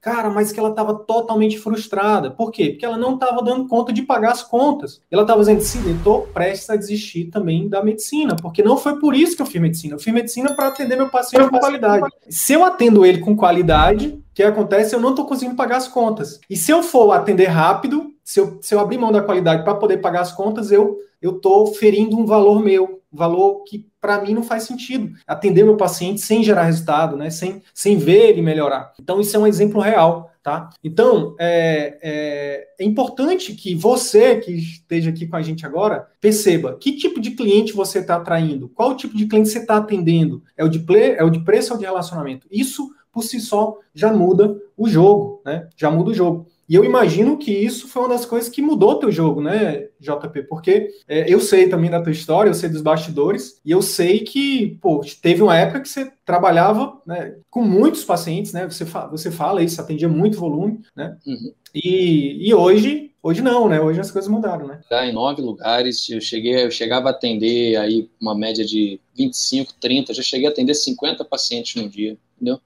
Cara, mas que ela estava totalmente frustrada. Por quê? Porque ela não estava dando conta de pagar as contas. Ela estava dizendo, sim, eu estou prestes a desistir também da medicina, porque não foi por isso que eu fiz medicina. Eu fiz medicina para atender meu paciente com qualidade. Se eu atendo ele com qualidade, o que acontece? Eu não estou conseguindo pagar as contas. E se eu for atender rápido, se eu, se eu abrir mão da qualidade para poder pagar as contas, eu eu estou ferindo um valor meu, um valor que para mim não faz sentido. Atender meu paciente sem gerar resultado, né? sem, sem ver ele melhorar. Então, isso é um exemplo real. Tá? Então, é, é, é importante que você que esteja aqui com a gente agora perceba que tipo de cliente você está atraindo, qual o tipo de cliente você está atendendo. É o de play, é o de preço ou de relacionamento? Isso, por si só, já muda o jogo, né? Já muda o jogo. E eu imagino que isso foi uma das coisas que mudou o teu jogo, né, J P? Porque é, eu sei também da tua história, eu sei dos bastidores, e eu sei que, pô, teve uma época que você trabalhava, né, com muitos pacientes, né? Você, fa você fala isso, atendia muito volume, né? Uhum. E, e hoje, hoje não, né? Hoje as coisas mudaram, né? Em nove lugares, eu, cheguei, eu chegava a atender aí uma média de vinte e cinco, trinta, já cheguei a atender cinquenta pacientes no dia, entendeu?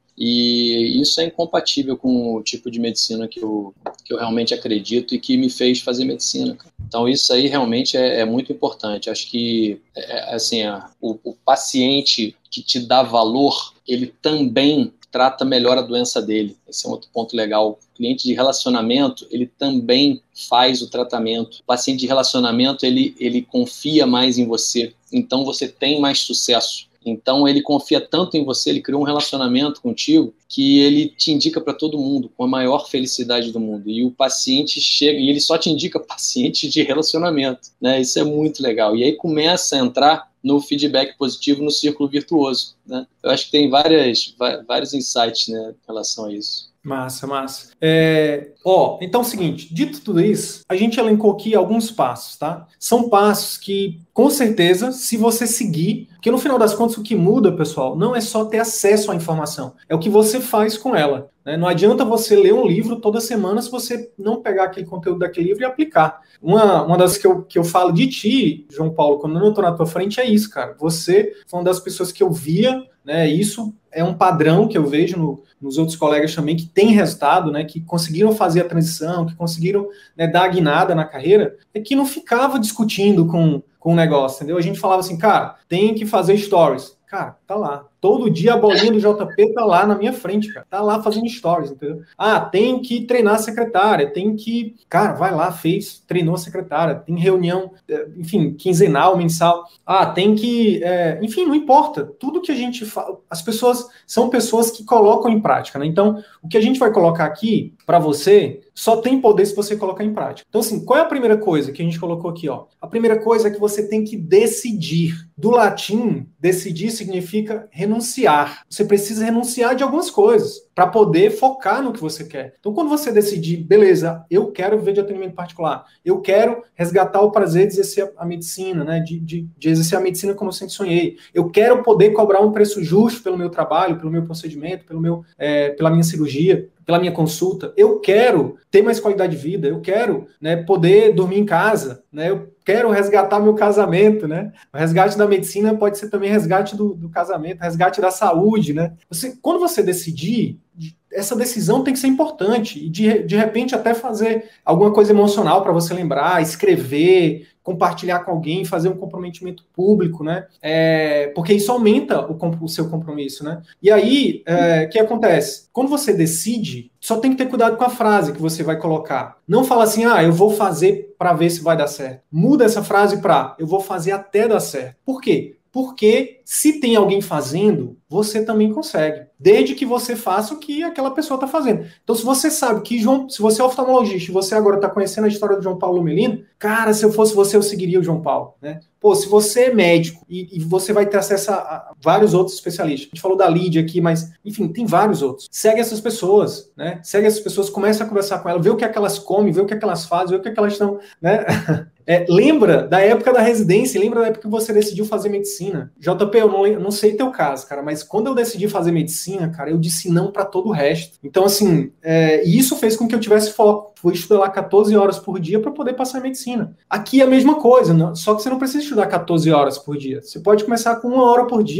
E isso é incompatível com o tipo de medicina que eu, que eu realmente acredito e que me fez fazer medicina. Então isso aí realmente é, é muito importante. Acho que é, assim, a, o, o paciente que te dá valor, ele também trata melhor a doença dele. Esse é um outro ponto legal. O cliente de relacionamento, ele também faz o tratamento. O paciente de relacionamento, ele, ele confia mais em você. Então você tem mais sucesso. Então ele confia tanto em você, ele criou um relacionamento contigo que ele te indica para todo mundo com a maior felicidade do mundo. E o paciente chega, e ele só te indica paciente de relacionamento, né? Isso é muito legal. E aí começa a entrar no feedback positivo, no círculo virtuoso, né? Eu acho que tem várias, vários insights, né, em relação a isso. Massa, massa. É, ó, então é o seguinte, dito tudo isso, a gente elencou aqui alguns passos, tá? São passos que, com certeza, se você seguir, porque no final das contas o que muda, pessoal, não é só ter acesso à informação, é o que você faz com ela, né? Não adianta você ler um livro toda semana se você não pegar aquele conteúdo daquele livro e aplicar. Uma, uma das que eu, que eu falo de ti, João Paulo, quando eu não estou na tua frente, é isso, cara. Você foi uma das pessoas que eu via, né? Isso é um padrão que eu vejo no, nos outros colegas também que têm resultado, né, que conseguiram fazer a transição, que conseguiram, né, dar a guinada na carreira, é que não ficava discutindo com, com o negócio, entendeu? A gente falava assim, cara, tem que fazer stories. Cara, tá lá. Todo dia a bolinha do J P tá lá na minha frente, cara. Tá lá fazendo stories, entendeu? Ah, tem que treinar a secretária, tem que... Cara, vai lá, fez, treinou a secretária, tem reunião, enfim, quinzenal, mensal. Ah, tem que... É, enfim, não importa. Tudo que a gente fala... As pessoas são pessoas que colocam em prática, né? Então, o que a gente vai colocar aqui para você só tem poder se você colocar em prática. Então, assim, qual é a primeira coisa que a gente colocou aqui, ó? A primeira coisa é que você tem que decidir. Do latim, decidir significa renunciar. Você precisa renunciar de algumas coisas para poder focar no que você quer. Então, quando você decidir, beleza, eu quero viver de atendimento particular, eu quero resgatar o prazer de exercer a medicina, né, de, de, de exercer a medicina como eu sempre sonhei, eu quero poder cobrar um preço justo pelo meu trabalho, pelo meu procedimento, pelo meu, é, pela minha cirurgia, pela minha consulta, eu quero ter mais qualidade de vida, eu quero, né, poder dormir em casa, né, eu quero resgatar meu casamento, né? O resgate da medicina pode ser também resgate do, do casamento, resgate da saúde, né? Você, quando você decidir, essa decisão tem que ser importante e de, de repente até fazer alguma coisa emocional para você lembrar, escrever, compartilhar com alguém, fazer um comprometimento público, né? É, porque isso aumenta o, o seu compromisso, né? E aí, é, o que acontece? Quando você decide, só tem que ter cuidado com a frase que você vai colocar. Não fala assim, ah, eu vou fazer para ver se vai dar certo. Muda essa frase para, eu vou fazer até dar certo. Por quê? Porque se tem alguém fazendo, você também consegue. Desde que você faça o que aquela pessoa está fazendo. Então, se você sabe que João, se você é oftalmologista e você agora está conhecendo a história do João Paulo Melino, cara, se eu fosse você, eu seguiria o João Paulo, né? Pô, se você é médico e, e você vai ter acesso a, a vários outros especialistas. A gente falou da Lídia aqui, mas, enfim, tem vários outros. Segue essas pessoas, né? Segue essas pessoas, começa a conversar com elas, vê o que é que elas comem, vê o que é que elas fazem, vê o que é que elas estão, né? É, lembra da época da residência, lembra da época que você decidiu fazer medicina. J P, eu não, eu não sei teu caso, cara, mas quando eu decidi fazer medicina, cara, eu disse não para todo o resto. Então, assim, é, e isso fez com que eu tivesse foco. Fui estudar lá catorze horas por dia para poder passar em medicina. Aqui é a mesma coisa, não? Só que você não precisa estudar catorze horas por dia. Você pode começar com uma hora por dia.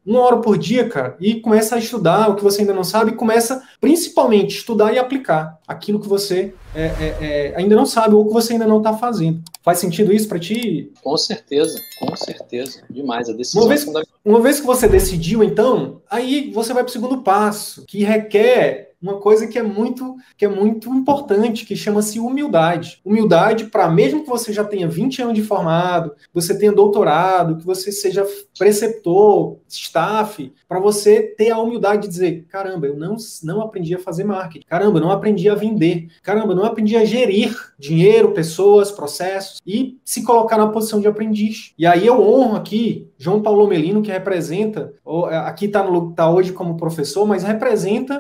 uma hora por dia, cara, e começa a estudar o que você ainda não sabe, e começa principalmente a estudar e aplicar aquilo que você é, é, é, ainda não sabe ou que você ainda não está fazendo. Faz sentido isso para ti? Com certeza, com certeza. Demais, a decisão uma vez, é fundamental. Uma vez que você decidiu, então, aí você vai para o segundo passo, que requer uma coisa que é muito, que é muito importante, que chama-se humildade. Humildade para, mesmo que você já tenha vinte anos de formado, você tenha doutorado, que você seja preceptor, staff, para você ter a humildade de dizer, caramba, eu não, não aprendi a fazer marketing, caramba, eu não aprendi a vender, caramba, eu não aprendi a gerir dinheiro, pessoas, processos, e se colocar na posição de aprendiz. E aí eu honro aqui João Paulo Melino, que representa, aqui está tá hoje como professor, mas representa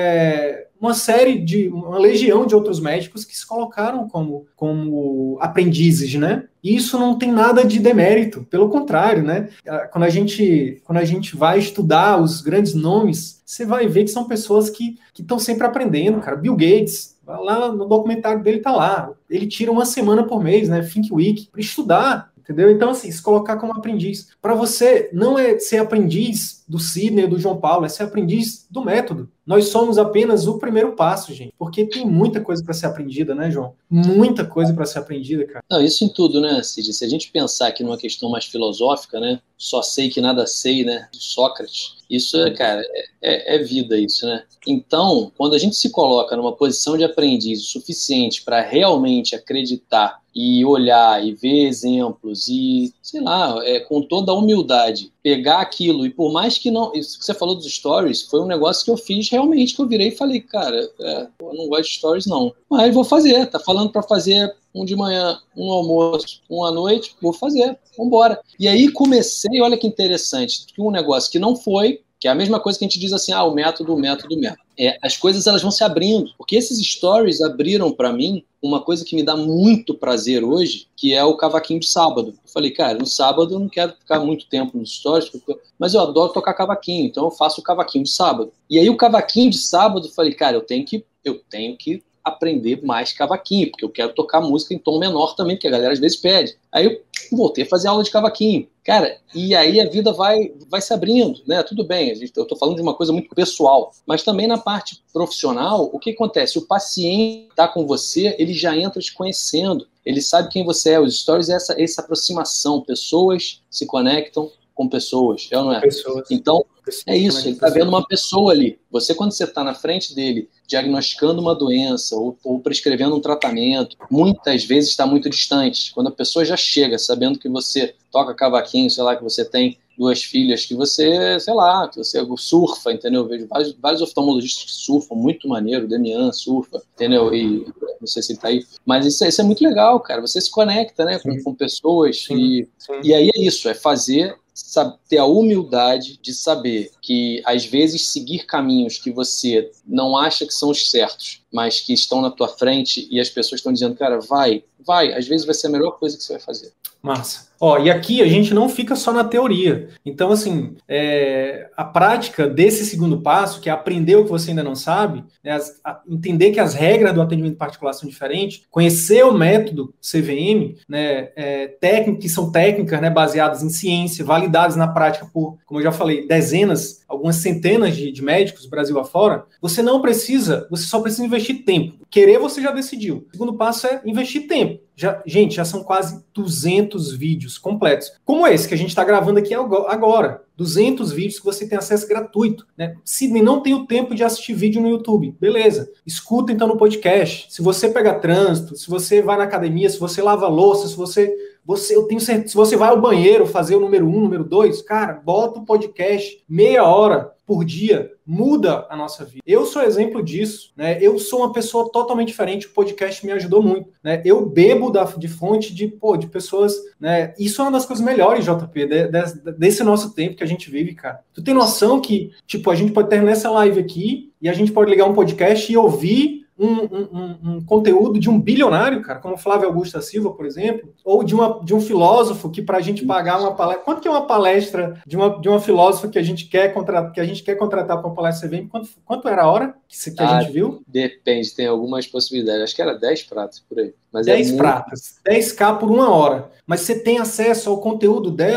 é, uma série de, uma legião de outros médicos que se colocaram como, como aprendizes, né? E isso não tem nada de demérito, pelo contrário, né? Quando a gente, quando a gente vai estudar os grandes nomes, você vai ver que são pessoas que estão sempre aprendendo, cara. Bill Gates, lá no documentário dele tá lá, ele tira uma semana por mês, né? Think Week, para estudar. Entendeu? Então, assim, se colocar como aprendiz. Para você, não é ser aprendiz do Sidney ou do João Paulo, é ser aprendiz do método. Nós somos apenas o primeiro passo, gente. Porque tem muita coisa para ser aprendida, né, João? Muita coisa para ser aprendida, cara. Não, isso em tudo, né, Cid? Se a gente pensar aqui numa questão mais filosófica, né? Só sei que nada sei, né? Sócrates. Isso, é, cara, é, é vida isso, né? Então, quando a gente se coloca numa posição de aprendiz o suficiente para realmente acreditar e olhar e ver exemplos e, sei lá, é, com toda a humildade, pegar aquilo e por mais que não... Isso que você falou dos stories foi um negócio que eu fiz realmente, que eu virei e falei, cara, é, eu não gosto de stories não, mas vou fazer, tá falando para fazer um de manhã, um almoço, um à noite, vou fazer, vambora. E aí comecei, olha que interessante, que um negócio que não foi, que é a mesma coisa que a gente diz assim, ah, o método, o método, o método. É, as coisas elas vão se abrindo, porque esses stories abriram para mim uma coisa que me dá muito prazer hoje, que é o cavaquinho de sábado. Eu falei, cara, no sábado eu não quero ficar muito tempo nos stories, porque... mas eu adoro tocar cavaquinho, então eu faço o cavaquinho de sábado. E aí o cavaquinho de sábado, eu falei, cara, eu tenho que, eu tenho que aprender mais cavaquinho, porque eu quero tocar música em tom menor também, porque a galera às vezes pede. Aí eu voltei a fazer aula de cavaquinho. Cara, e aí a vida vai, vai se abrindo, né? Tudo bem, a gente, eu estou falando de uma coisa muito pessoal, mas também na parte profissional, o que acontece? O paciente que está com você, ele já entra te conhecendo, ele sabe quem você é. Os stories é essa, essa aproximação, pessoas se conectam com pessoas, é ou não é? Pessoas. Então, é isso, ele está vendo uma pessoa ali. Você, quando você está na frente dele, diagnosticando uma doença ou, ou prescrevendo um tratamento, muitas vezes está muito distante. Quando a pessoa já chega sabendo que você toca cavaquinho, sei lá, que você tem duas filhas, que você, sei lá, que você surfa, entendeu? Eu vejo vários, vários oftalmologistas que surfam, muito maneiro, o Demian surfa, entendeu? E não sei se ele tá aí, mas isso, isso é muito legal, cara. Você se conecta, né, com, com pessoas. Sim, e, sim. E aí é isso, é fazer... Sabe, ter a humildade de saber que, às vezes, seguir caminhos que você não acha que são os certos, mas que estão na tua frente e as pessoas estão dizendo, cara, vai, vai, às vezes vai ser a melhor coisa que você vai fazer. Massa. Ó, e aqui a gente não fica só na teoria. Então, assim, é, a prática desse segundo passo, que é aprender o que você ainda não sabe, né, as, a, entender que as regras do atendimento particular são diferentes, conhecer o método C V M, né, é, técnicas, que são técnicas, né, baseadas em ciência, validadas na prática por, como eu já falei, dezenas, algumas centenas de, de médicos, Brasil afora, você não precisa, você só precisa investir tempo. Querer, você já decidiu. O segundo passo é investir tempo. Já, gente, já são quase duzentos vídeos completos, como esse que a gente está gravando aqui agora. duzentos vídeos que você tem acesso gratuito, né? Sidney, não tem o tempo de assistir vídeo no YouTube. Beleza. Escuta então no podcast. Se você pega trânsito, se você vai na academia, se você lava louça, se você... Você, eu tenho certeza, se você vai ao banheiro fazer o número um, número dois, cara, bota o podcast meia hora por dia, muda a nossa vida. Eu sou exemplo disso, né? Eu sou uma pessoa totalmente diferente, o podcast me ajudou muito, né? Eu bebo da, de fonte de, pô, de pessoas, né? Isso é uma das coisas melhores, J P, de, de, desse nosso tempo que a gente vive, cara. Tu tem noção que, tipo, a gente pode terminar essa live aqui e a gente pode ligar um podcast e ouvir Um, um, um conteúdo de um bilionário, cara, como Flávio Augusto da Silva, por exemplo, ou de, uma, de um filósofo que, para a gente pagar uma palestra... Quanto que é uma palestra de uma, de uma filósofa que a gente quer, contra, que a gente quer contratar para uma palestra C V M? Quanto, quanto era a hora que, que a ah, gente viu? Depende, tem algumas possibilidades. Acho que era dez pratos por aí. Mas dez é muito... pratas, dez K por uma hora. Mas você tem acesso ao conteúdo dela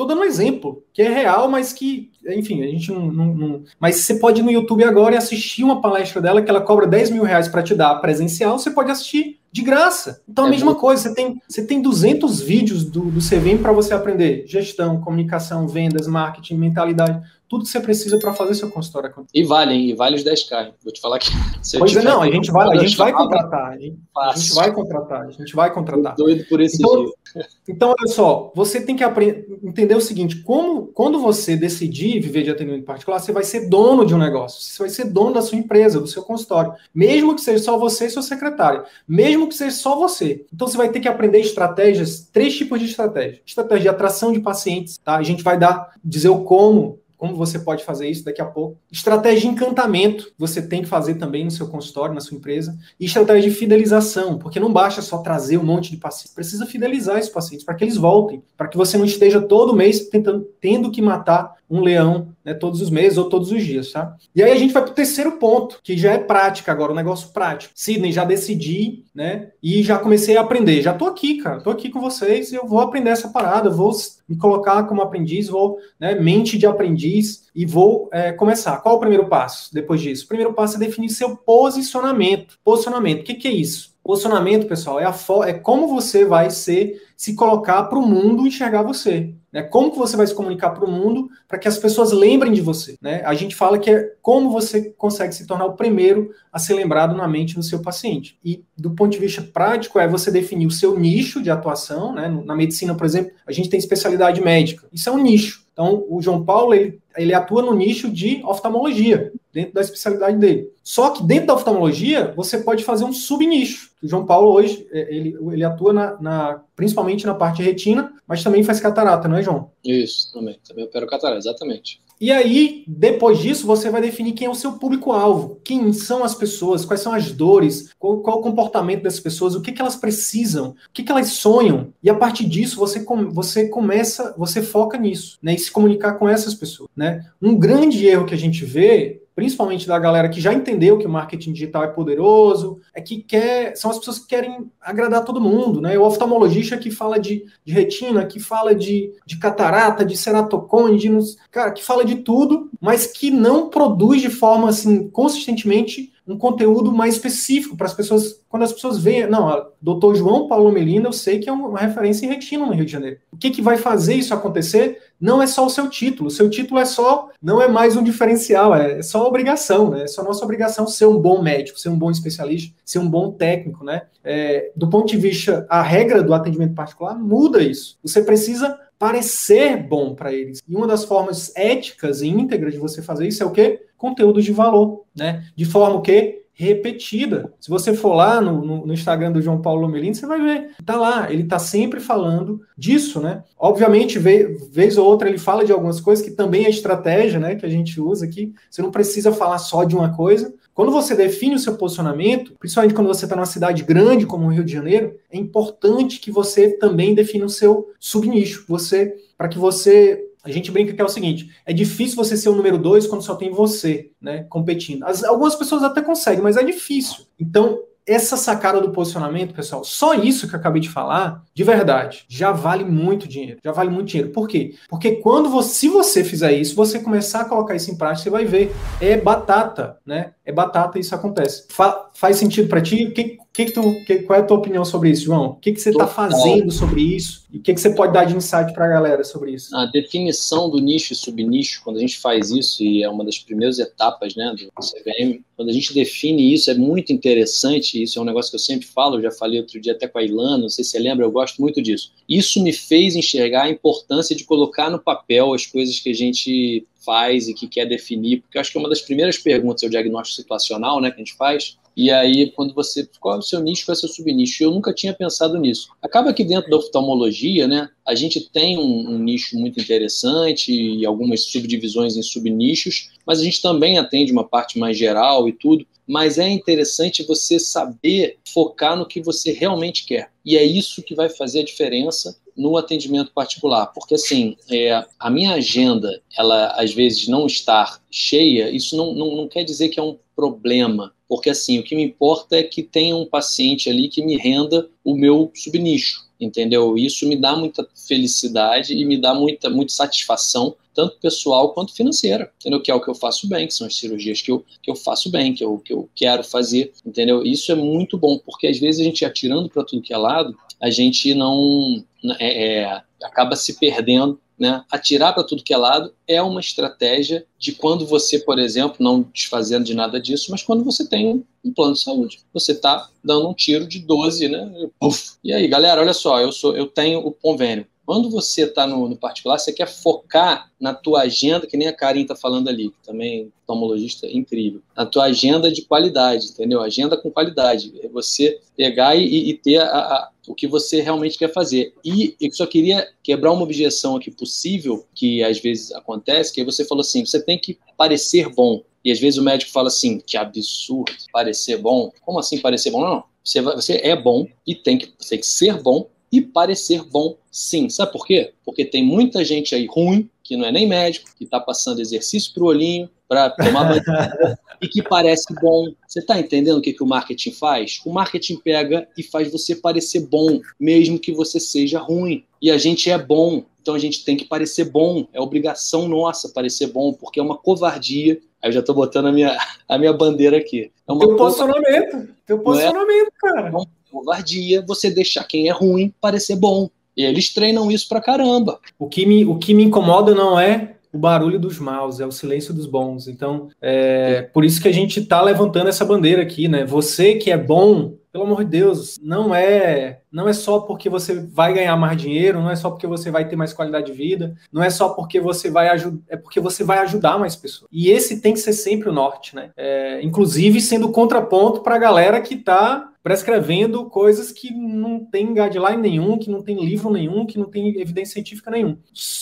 Tô dando um exemplo, que é real, mas que, enfim, a gente não, não, não... Mas você pode ir no YouTube agora e assistir uma palestra dela, que ela cobra dez mil reais para te dar presencial, você pode assistir de graça. Então, a é mesma muito... coisa, você tem, você tem duzentos vídeos do, do C V M para você aprender gestão, comunicação, vendas, marketing, mentalidade, tudo que você precisa para fazer seu consultório acontecer. E vale, hein? E vale os dez K. Vou te falar que... Pois é, não, a gente vai, a gente vai contratar. A gente, a gente vai contratar, a gente vai contratar. Tô doido por esse então, dia. Então, olha só, você tem que aprender, entender o seguinte, como, quando você decidir viver de atendimento particular, você vai ser dono de um negócio, você vai ser dono da sua empresa, do seu consultório, mesmo que seja só você e seu secretário, mesmo que seja só você. Então, você vai ter que aprender estratégias, três tipos de estratégia. Estratégia de atração de pacientes, tá? A gente vai dar, dizer o como, como você pode fazer isso daqui a pouco. Estratégia de encantamento, você tem que fazer também no seu consultório, na sua empresa. E estratégia de fidelização, porque não basta só trazer um monte de pacientes, precisa fidelizar esses pacientes para que eles voltem, para que você não esteja todo mês tentando, tendo que matar um leão, né, todos os meses ou todos os dias, tá? E aí a gente vai para o terceiro ponto, que já é prática agora, um negócio prático. Sidney, já decidi, né, e já comecei a aprender. Já tô aqui, cara, tô aqui com vocês e eu vou aprender essa parada, vou me colocar como aprendiz, vou, né, mente de aprendiz e vou é, começar. Qual é o primeiro passo depois disso? O primeiro passo é definir seu posicionamento. Posicionamento, o que, que é isso? Posicionamento, pessoal, é, a fo- é como você vai ser, se colocar para o mundo enxergar você. Né? Como que você vai se comunicar para o mundo para que as pessoas lembrem de você. Né? A gente fala que é como você consegue se tornar o primeiro a ser lembrado na mente do seu paciente. E do ponto de vista prático é você definir o seu nicho de atuação. Né? Na medicina, por exemplo, a gente tem especialidade médica. Isso é um nicho. Então, o João Paulo, ele, ele atua no nicho de oftalmologia, dentro da especialidade dele. Só que dentro da oftalmologia, você pode fazer um subnicho. O João Paulo, hoje, ele, ele atua na, na, principalmente na parte de retina, mas também faz catarata, não é, João? Isso, também. Também opero catarata, exatamente. E aí, depois disso, você vai definir quem é o seu público-alvo, quem são as pessoas, quais são as dores, qual, qual o comportamento dessas pessoas, o que, que elas precisam, o que, que elas sonham. E a partir disso, você, você começa, você foca nisso, né? E se comunicar com essas pessoas, né? Um grande erro que a gente vê, principalmente da galera que já entendeu que o marketing digital é poderoso, é que quer, são as pessoas que querem agradar todo mundo, né? O oftalmologista que fala de, de retina, que fala de, de catarata, de ceratocone, de, cara, que fala de tudo, mas que não produz de forma, assim, consistentemente um conteúdo mais específico para as pessoas, quando as pessoas veem, não, doutor João Paulo Melina, eu sei que é uma referência em retina no Rio de Janeiro. O que, que vai fazer isso acontecer? Não é só o seu título, o seu título é só, não é mais um diferencial, é só obrigação, né? É só nossa obrigação ser um bom médico, ser um bom especialista, ser um bom técnico, né? É, do ponto de vista, a regra do atendimento particular muda isso. Você precisa parecer bom para eles. E uma das formas éticas e íntegras de você fazer isso é o quê? Conteúdo de valor, né? De forma o quê? Repetida. Se você for lá no, no, no Instagram do João Paulo Lomelino, você vai ver. Tá lá, ele tá sempre falando disso, né? Obviamente, vez, vez ou outra, ele fala de algumas coisas que também é estratégia, né? Que a gente usa aqui. Você não precisa falar só de uma coisa. Quando você define o seu posicionamento, principalmente quando você está numa cidade grande como o Rio de Janeiro, é importante que você também defina o seu subnicho. Você, para que você... A gente brinca que é o seguinte, é difícil você ser o número dois quando só tem você, né, competindo. As, algumas pessoas até conseguem, mas é difícil. Então, essa sacada do posicionamento, pessoal, só isso que eu acabei de falar, de verdade, já vale muito dinheiro. Já vale muito dinheiro. Por quê? Porque quando você, se você fizer isso, você começar a colocar isso em prática, você vai ver. É batata, né? É batata e isso acontece. Fa, faz sentido para ti? O que, que que tu, que, qual é a tua opinião sobre isso, João? O que, que você está fazendo sobre isso? E o que, que você pode dar de insight para a galera sobre isso? A definição do nicho e subnicho, quando a gente faz isso, e é uma das primeiras etapas, né, do C V M, quando a gente define isso, é muito interessante. Isso é um negócio que eu sempre falo, eu já falei outro dia até com a Ilana, não sei se você lembra, eu gosto muito disso. Isso me fez enxergar a importância de colocar no papel as coisas que a gente faz e que quer definir, porque eu acho que é uma das primeiras perguntas é o diagnóstico situacional, né, que a gente faz. E aí, quando você... Qual é o seu nicho, qual é o seu subnicho? Eu nunca tinha pensado nisso. Acaba que dentro da oftalmologia, né, a gente tem um, um nicho muito interessante e algumas subdivisões em subnichos, mas a gente também atende uma parte mais geral e tudo. Mas é interessante você saber focar no que você realmente quer. E é isso que vai fazer a diferença no atendimento particular. Porque, assim, é, a minha agenda, ela, às vezes, não estar cheia, isso não, não, não quer dizer que é um problema. porque assim, o que me importa é que tenha um paciente ali que me renda o meu subnicho, entendeu? Isso me dá muita felicidade e me dá muita, muita satisfação, tanto pessoal quanto financeira, entendeu? Que é o que eu faço bem, que são as cirurgias que eu, que eu faço bem, que eu, que eu quero fazer, entendeu? Isso é muito bom, porque às vezes a gente atirando para tudo que é lado, a gente não é, é, acaba se perdendo, né? Atirar para tudo que é lado é uma estratégia de quando você, por exemplo, não desfazendo de nada disso, mas quando você tem um plano de saúde, você está dando um tiro de doze, né? Uf. E aí, galera, olha só, eu, sou, eu tenho o convênio. Quando você está no, no particular, você quer focar na tua agenda, que nem a Karen está falando ali, que também é oftalmologista incrível, na tua agenda de qualidade, entendeu? Agenda com qualidade. É você pegar e, e ter a, a, o que você realmente quer fazer. E eu só queria quebrar uma objeção aqui possível, que às vezes acontece, que você falou assim, você tem que parecer bom. E às vezes o médico fala assim, que absurdo, parecer bom. Como assim parecer bom? Não, não. Você, vai, você é bom e tem que, tem que ser bom e parecer bom, sim. Sabe por quê? Porque tem muita gente aí ruim, que não é nem médico, que está passando exercício para o olhinho, para tomar banho e que parece bom. Você está entendendo o que, que o marketing faz? O marketing pega e faz você parecer bom, mesmo que você seja ruim. E a gente é bom, então a gente tem que parecer bom. É obrigação nossa parecer bom, porque é uma covardia. Aí eu já estou botando a minha, a minha bandeira aqui. É uma teu posicionamento, teu posicionamento, é? cara. É uma covardia você deixar quem é ruim parecer bom. E eles treinam isso pra caramba. O que me, o que me incomoda não é o barulho dos maus, é o silêncio dos bons. Então, é por isso que a gente tá levantando essa bandeira aqui, né? Você que é bom, pelo amor de Deus, não é, não é só porque você vai ganhar mais dinheiro, não é só porque você vai ter mais qualidade de vida, não é só porque você vai ajudar, é porque você vai ajudar mais pessoas. E esse tem que ser sempre o norte, né? É, inclusive sendo contraponto para a galera que tá prescrevendo coisas que não tem guideline nenhum, que não tem livro nenhum, que não tem evidência científica nenhum.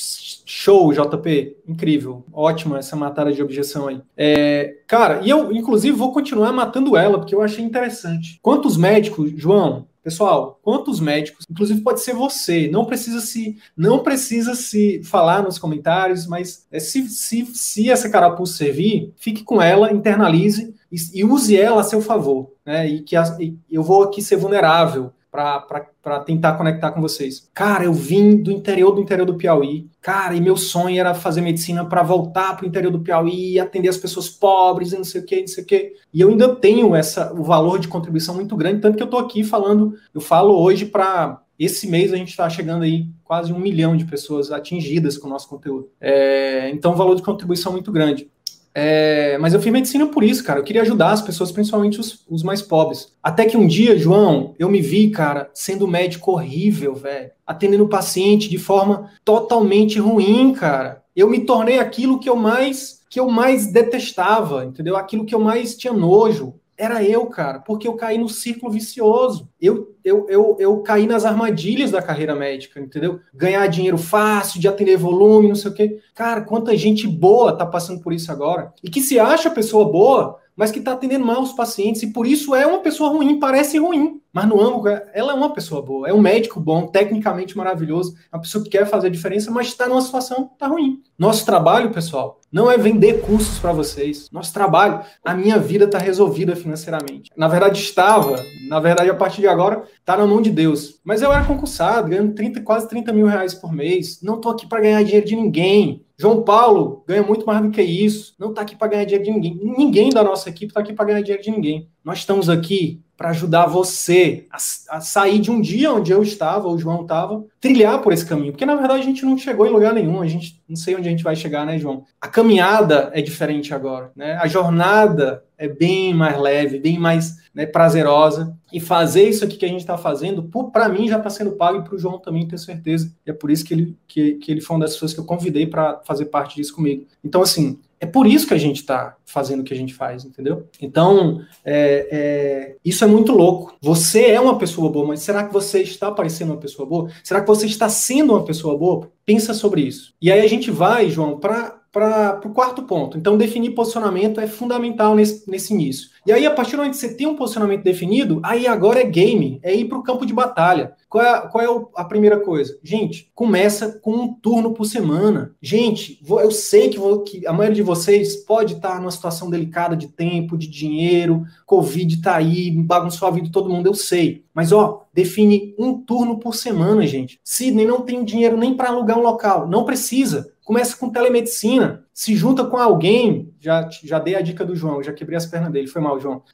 Show, J P, incrível, ótima essa matada de objeção aí. É, cara, e eu, inclusive, vou continuar matando ela, porque eu achei interessante. Quantos médicos, João, pessoal, quantos médicos, inclusive pode ser você, não precisa se, não precisa se falar nos comentários, mas é, se, se, se essa carapuça servir, fique com ela, internalize e, e use ela a seu favor, né? E que a, e eu vou aqui ser vulnerável para tentar conectar com vocês. Cara, eu vim do interior do interior do Piauí, cara, e meu sonho era fazer medicina para voltar para o interior do Piauí e atender as pessoas pobres e não sei o que, não sei o que. E eu ainda tenho essa, o valor de contribuição muito grande, tanto que eu estou aqui falando, eu falo hoje para... Esse mês a gente está chegando aí quase um milhão de pessoas atingidas com o nosso conteúdo. É, então, o valor de contribuição é muito grande. É, mas eu fiz medicina por isso, cara. Eu queria ajudar as pessoas, principalmente os, os mais pobres. Até que um dia, João, eu me vi, cara, sendo médico horrível, velho. Atendendo o paciente de forma totalmente ruim, cara. Eu me tornei aquilo que eu mais, que eu mais detestava, entendeu? Aquilo que eu mais tinha nojo. Era eu, cara, porque eu caí no círculo vicioso. Eu, eu, eu, eu caí nas armadilhas da carreira médica, entendeu? Ganhar dinheiro fácil, de atender volume, não sei o quê. Cara, quanta gente boa tá passando por isso agora. E que se acha pessoa boa, mas que tá atendendo mal os pacientes. E por isso é uma pessoa ruim, parece ruim. Mas no âmbito, ela é uma pessoa boa. É um médico bom, tecnicamente maravilhoso. Uma pessoa que quer fazer a diferença, mas está numa situação tá ruim. Nosso trabalho, pessoal, não é vender cursos para vocês. Nosso trabalho, a minha vida está resolvida financeiramente. Na verdade, estava. Na verdade, a partir de agora, está na mão de Deus. Mas eu era concursado, ganhando trinta, quase trinta mil reais por mês. Não estou aqui para ganhar dinheiro de ninguém. João Paulo ganha muito mais do que isso. Não está aqui para ganhar dinheiro de ninguém. Ninguém da nossa equipe está aqui para ganhar dinheiro de ninguém. Nós estamos aqui para ajudar você a, a sair de um dia onde eu estava, ou o João estava, trilhar por esse caminho. Porque, na verdade, a gente não chegou em lugar nenhum. A gente não sei onde a gente vai chegar, né, João? A caminhada é diferente agora, né? A jornada é bem mais leve, bem mais, né, prazerosa. E fazer isso aqui que a gente está fazendo, para mim, já está sendo pago e para o João também, tenho certeza. E é por isso que ele, que, que ele foi uma das pessoas que eu convidei para fazer parte disso comigo. Então, assim, é por isso que a gente está fazendo o que a gente faz, entendeu? Então, é, é, isso é muito louco. Você é uma pessoa boa, mas será que você está parecendo uma pessoa boa? Será que você está sendo uma pessoa boa? Pensa sobre isso. E aí a gente vai, João, para para o quarto ponto. Então, definir posicionamento é fundamental nesse, nesse início. E aí, a partir do momento que você tem um posicionamento definido, aí agora é game, é ir para o campo de batalha. Qual é, qual é a primeira coisa? Gente, começa com um turno por semana. Gente, eu sei que, vou, que a maioria de vocês pode estar numa situação delicada de tempo, de dinheiro, Covid está aí, bagunçou a vida de todo mundo, eu sei. Mas, ó, define um turno por semana, gente. Sidney, não tem dinheiro nem para alugar um local. Não precisa. Começa com telemedicina, se junta com alguém, já, já dei a dica do João, já quebrei as pernas dele, foi mal, João.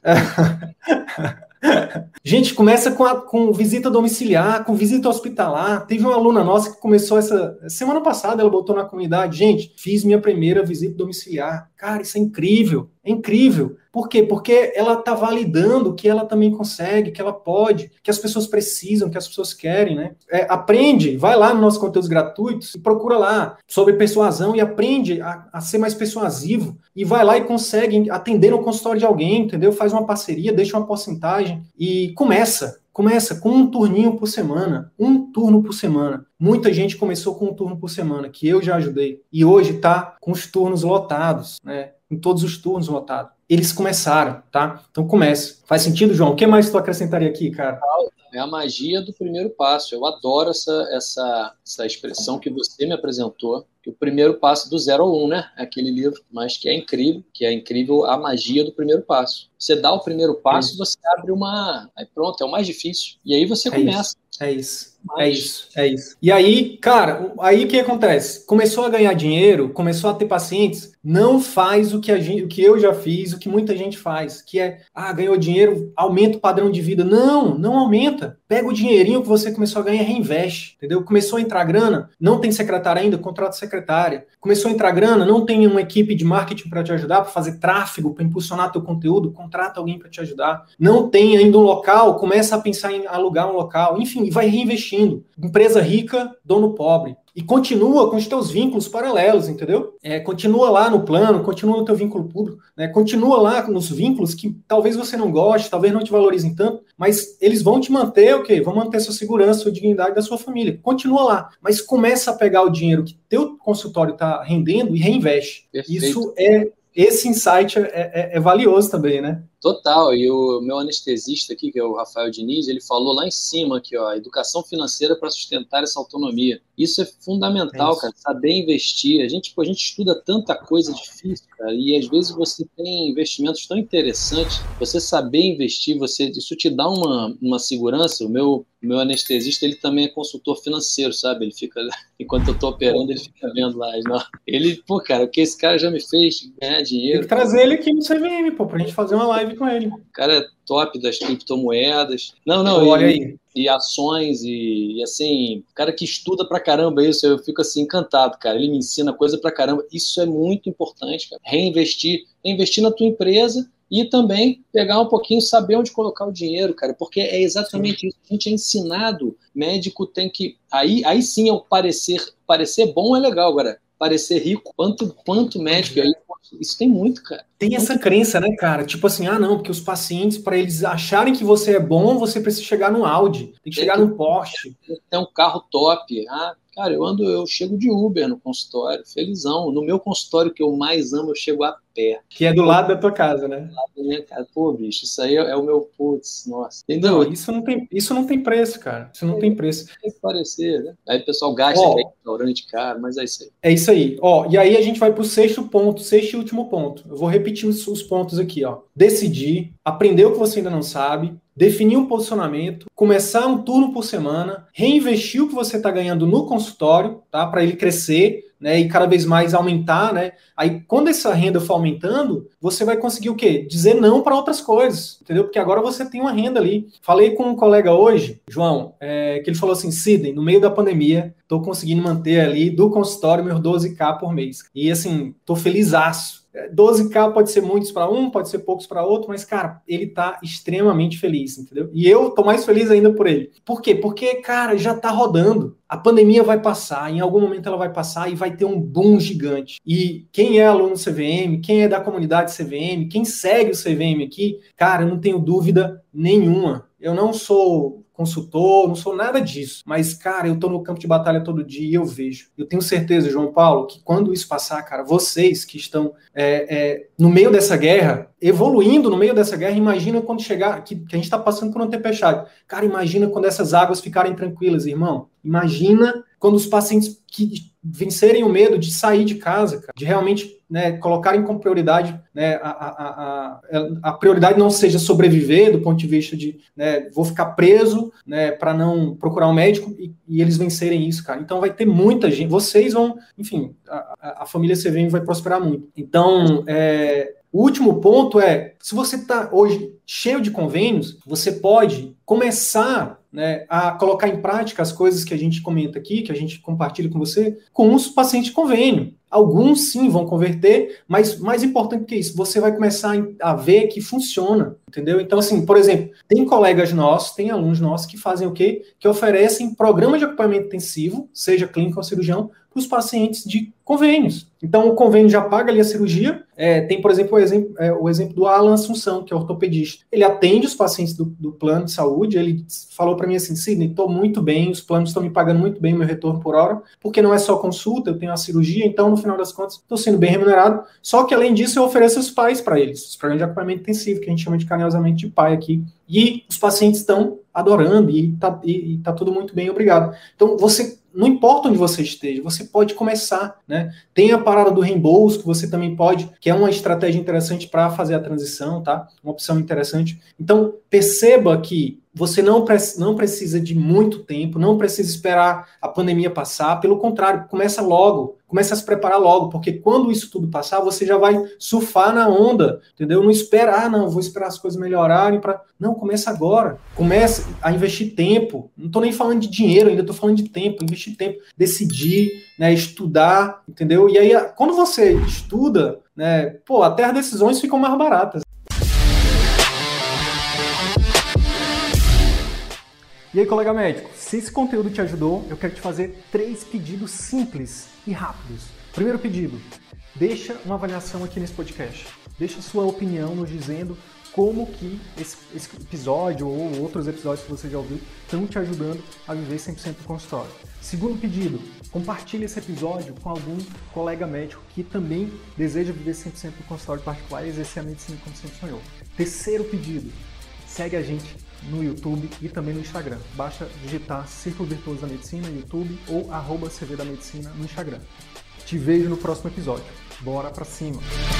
Gente, começa com, a, com visita domiciliar, com visita hospitalar. Teve uma aluna nossa que começou essa semana passada, ela botou na comunidade, gente, fiz minha primeira visita domiciliar. Cara, isso é incrível, é incrível. Por quê? Porque ela está validando que ela também consegue, que ela pode, que as pessoas precisam, que as pessoas querem, né? É, aprende, vai lá nos nossos conteúdos gratuitos e procura lá sobre persuasão e aprende a, a ser mais persuasivo e vai lá e consegue atender no consultório de alguém, entendeu? Faz uma parceria, deixa uma porcentagem e começa. Começa com um turninho por semana, um turno por semana. Muita gente começou com um turno por semana, que eu já ajudei. E hoje está com os turnos lotados, né? Em todos os turnos lotados. Eles começaram, tá? Então começa. Faz sentido, João? O que mais tu acrescentaria aqui, cara? É a magia do primeiro passo. Eu adoro essa, essa, essa expressão que você me apresentou, que o primeiro passo do zero ao um, né? Aquele livro, mas que é incrível, que é incrível a magia do primeiro passo. Você dá o primeiro passo, é você abre uma... Aí pronto, é o mais difícil. E aí você começa. É isso. É isso, é isso. E aí, cara, aí o que acontece? Começou a ganhar dinheiro, começou a ter pacientes, não faz o que, a gente, o que eu já fiz, o que muita gente faz, que é, ah, ganhou dinheiro, aumenta o padrão de vida. Não, não aumenta. Pega o dinheirinho que você começou a ganhar e reinveste, entendeu? Começou a entrar grana, não tem secretária ainda, contrata secretária. Começou a entrar grana, não tem uma equipe de marketing para te ajudar, para fazer tráfego, para impulsionar teu conteúdo, contrata alguém para te ajudar. Não tem ainda um local, começa a pensar em alugar um local, enfim, vai reinvestindo. Empresa rica, dono pobre. E continua com os teus vínculos paralelos, entendeu? É, continua lá no plano, continua no teu vínculo público, né? Continua lá nos vínculos que talvez você não goste, talvez não te valorizem tanto, mas eles vão te manter, o quê? Vão manter sua segurança, sua dignidade da sua família. Continua lá, mas começa a pegar o dinheiro que teu consultório está rendendo e reinveste. Perfeito. Isso é... Esse insight é, é, é valioso também, né? Total, e o meu anestesista aqui, que é o Rafael Diniz, ele falou lá em cima aqui, ó, educação financeira para sustentar essa autonomia. Isso é fundamental, é isso. Cara, saber investir. A gente, pô, a gente estuda tanta coisa difícil, cara, e às vezes você tem investimentos tão interessantes, você saber investir, você, isso te dá uma, uma segurança. O meu, meu anestesista, ele também é consultor financeiro, sabe? Ele fica, enquanto eu tô operando, ele fica vendo lá. Não. Ele, pô, cara, o que esse cara já me fez ganhar dinheiro. Tem que trazer ele aqui no C V M, pô, pra gente fazer uma live com ele. O cara é top das criptomoedas. Não, não, pô, olha e, aí. E ações, e, e assim, cara que estuda pra caramba isso, eu fico assim encantado, cara. Ele me ensina coisa pra caramba. Isso é muito importante, cara. Reinvestir, reinvestir na tua empresa e também pegar um pouquinho, saber onde colocar o dinheiro, cara, porque é exatamente sim. Isso. A gente é ensinado, médico tem que... Aí, aí sim é o parecer, parecer bom é legal, agora, parecer rico, quanto, quanto médico aí, isso tem muito, cara. Tem essa muito... crença, né, cara? Tipo assim, ah, não, porque os pacientes, para eles acharem que você é bom, você precisa chegar no Audi, tem que tem chegar que... num Porsche. Tem um carro top. Ah, cara, eu ando, eu chego de Uber no consultório, felizão. No meu consultório que eu mais amo, eu chego a pé. Que é do Pô, lado da tua casa, né? Do lado da minha casa. Pô, bicho, isso aí é, é o meu putz, nossa. Entendeu? Não, isso não tem, isso não tem preço, cara. Isso não é, tem preço. Tem que parecer, né? Aí o pessoal gasta oh, em restaurante caro, mas é isso aí. É isso aí. Ó, e aí a gente vai pro sexto ponto, sexto e último ponto. Eu vou repetir os, os pontos aqui, ó. Decidir, aprender o que você ainda não sabe, definir um posicionamento, começar um turno por semana, reinvestir o que você está ganhando no consultório, tá? Para ele crescer, né? E cada vez mais aumentar, né? Aí, quando essa renda for aumentando, você vai conseguir o quê? Dizer não para outras coisas, entendeu? Porque agora você tem uma renda ali. Falei com um colega hoje, João, é, que ele falou assim, Sidney, no meio da pandemia, estou conseguindo manter ali do consultório meus doze mil por mês. E assim, estou felizaço. doze mil pode ser muitos para um, pode ser poucos para outro, mas, cara, ele tá extremamente feliz, entendeu? E eu tô mais feliz ainda por ele. Por quê? Porque, cara, já tá rodando. A pandemia vai passar, em algum momento ela vai passar e vai ter um boom gigante. E quem é aluno do C V M, quem é da comunidade C V M, quem segue o C V M aqui, cara, eu não tenho dúvida nenhuma. Eu não sou consultor, não sou nada disso. Mas, cara, eu tô no campo de batalha todo dia e eu vejo. Eu tenho certeza, João Paulo, que quando isso passar, cara, vocês que estão é, é, no meio dessa guerra, evoluindo no meio dessa guerra, imagina quando chegar, que, que a gente tá passando por uma tempestade. Cara, imagina quando essas águas ficarem tranquilas, irmão. Imagina quando os pacientes que vencerem o medo de sair de casa, cara, de realmente, né, colocarem como prioridade, né, a, a, a, a prioridade não seja sobreviver do ponto de vista de, né, vou ficar preso, né, para não procurar um médico e, e eles vencerem isso, cara. Então vai ter muita gente, vocês vão, enfim, a, a família C V M vai prosperar muito. Então, é, o último ponto é, se você está hoje cheio de convênios, você pode começar, né, a colocar em prática as coisas que a gente comenta aqui, que a gente compartilha com você, com os pacientes de convênio. Alguns sim vão converter, mas mais importante que isso, você vai começar a ver que funciona, entendeu? Então, assim, por exemplo, tem colegas nossos, tem alunos nossos que fazem o quê? Que oferecem programa de acompanhamento intensivo, seja clínico ou cirurgião, para os pacientes de convênios. Então, o convênio já paga ali a cirurgia. É, tem, por exemplo, o exemplo, é, o exemplo do Alan Assunção, que é ortopedista. Ele atende os pacientes do, do plano de saúde. Ele falou para mim assim, Sidney, estou muito bem, os planos estão me pagando muito bem o meu retorno por hora, porque não é só consulta, eu tenho a cirurgia, então, no final das contas, estou sendo bem remunerado. Só que, além disso, eu ofereço os pais para eles, os programas de acompanhamento intensivo, que a gente chama de carinhosamente de pai aqui. E os pacientes estão adorando e está e, e tá tudo muito bem, obrigado. Então, você... Não importa onde você esteja, você pode começar, né? Tem a parada do reembolso, que você também pode, que é uma estratégia interessante para fazer a transição, tá? Uma opção interessante. Então, perceba que você não, pre- não precisa de muito tempo, não precisa esperar a pandemia passar, pelo contrário, começa logo, começa a se preparar logo, porque quando isso tudo passar, você já vai surfar na onda, entendeu? Não espera, ah, não, vou esperar as coisas melhorarem para... Não, começa agora, começa a investir tempo, não estou nem falando de dinheiro ainda, estou falando de tempo, investir tempo, decidir, né, estudar, entendeu? E aí, quando você estuda, né, pô, até as decisões ficam mais baratas. E aí, colega médico, se esse conteúdo te ajudou, eu quero te fazer três pedidos simples e rápidos. Primeiro pedido, deixa uma avaliação aqui nesse podcast. Deixa sua opinião nos dizendo como que esse, esse episódio ou outros episódios que você já ouviu estão te ajudando a viver cem por cento do consultório. Segundo pedido, compartilhe esse episódio com algum colega médico que também deseja viver cem por cento do consultório particular e exercer a medicina como sempre sonhou. Terceiro pedido, segue a gente no YouTube e também no Instagram. Basta digitar Círculo Virtuoso da Medicina no YouTube ou arroba C V da Medicina no Instagram. Te vejo no próximo episódio. Bora pra cima!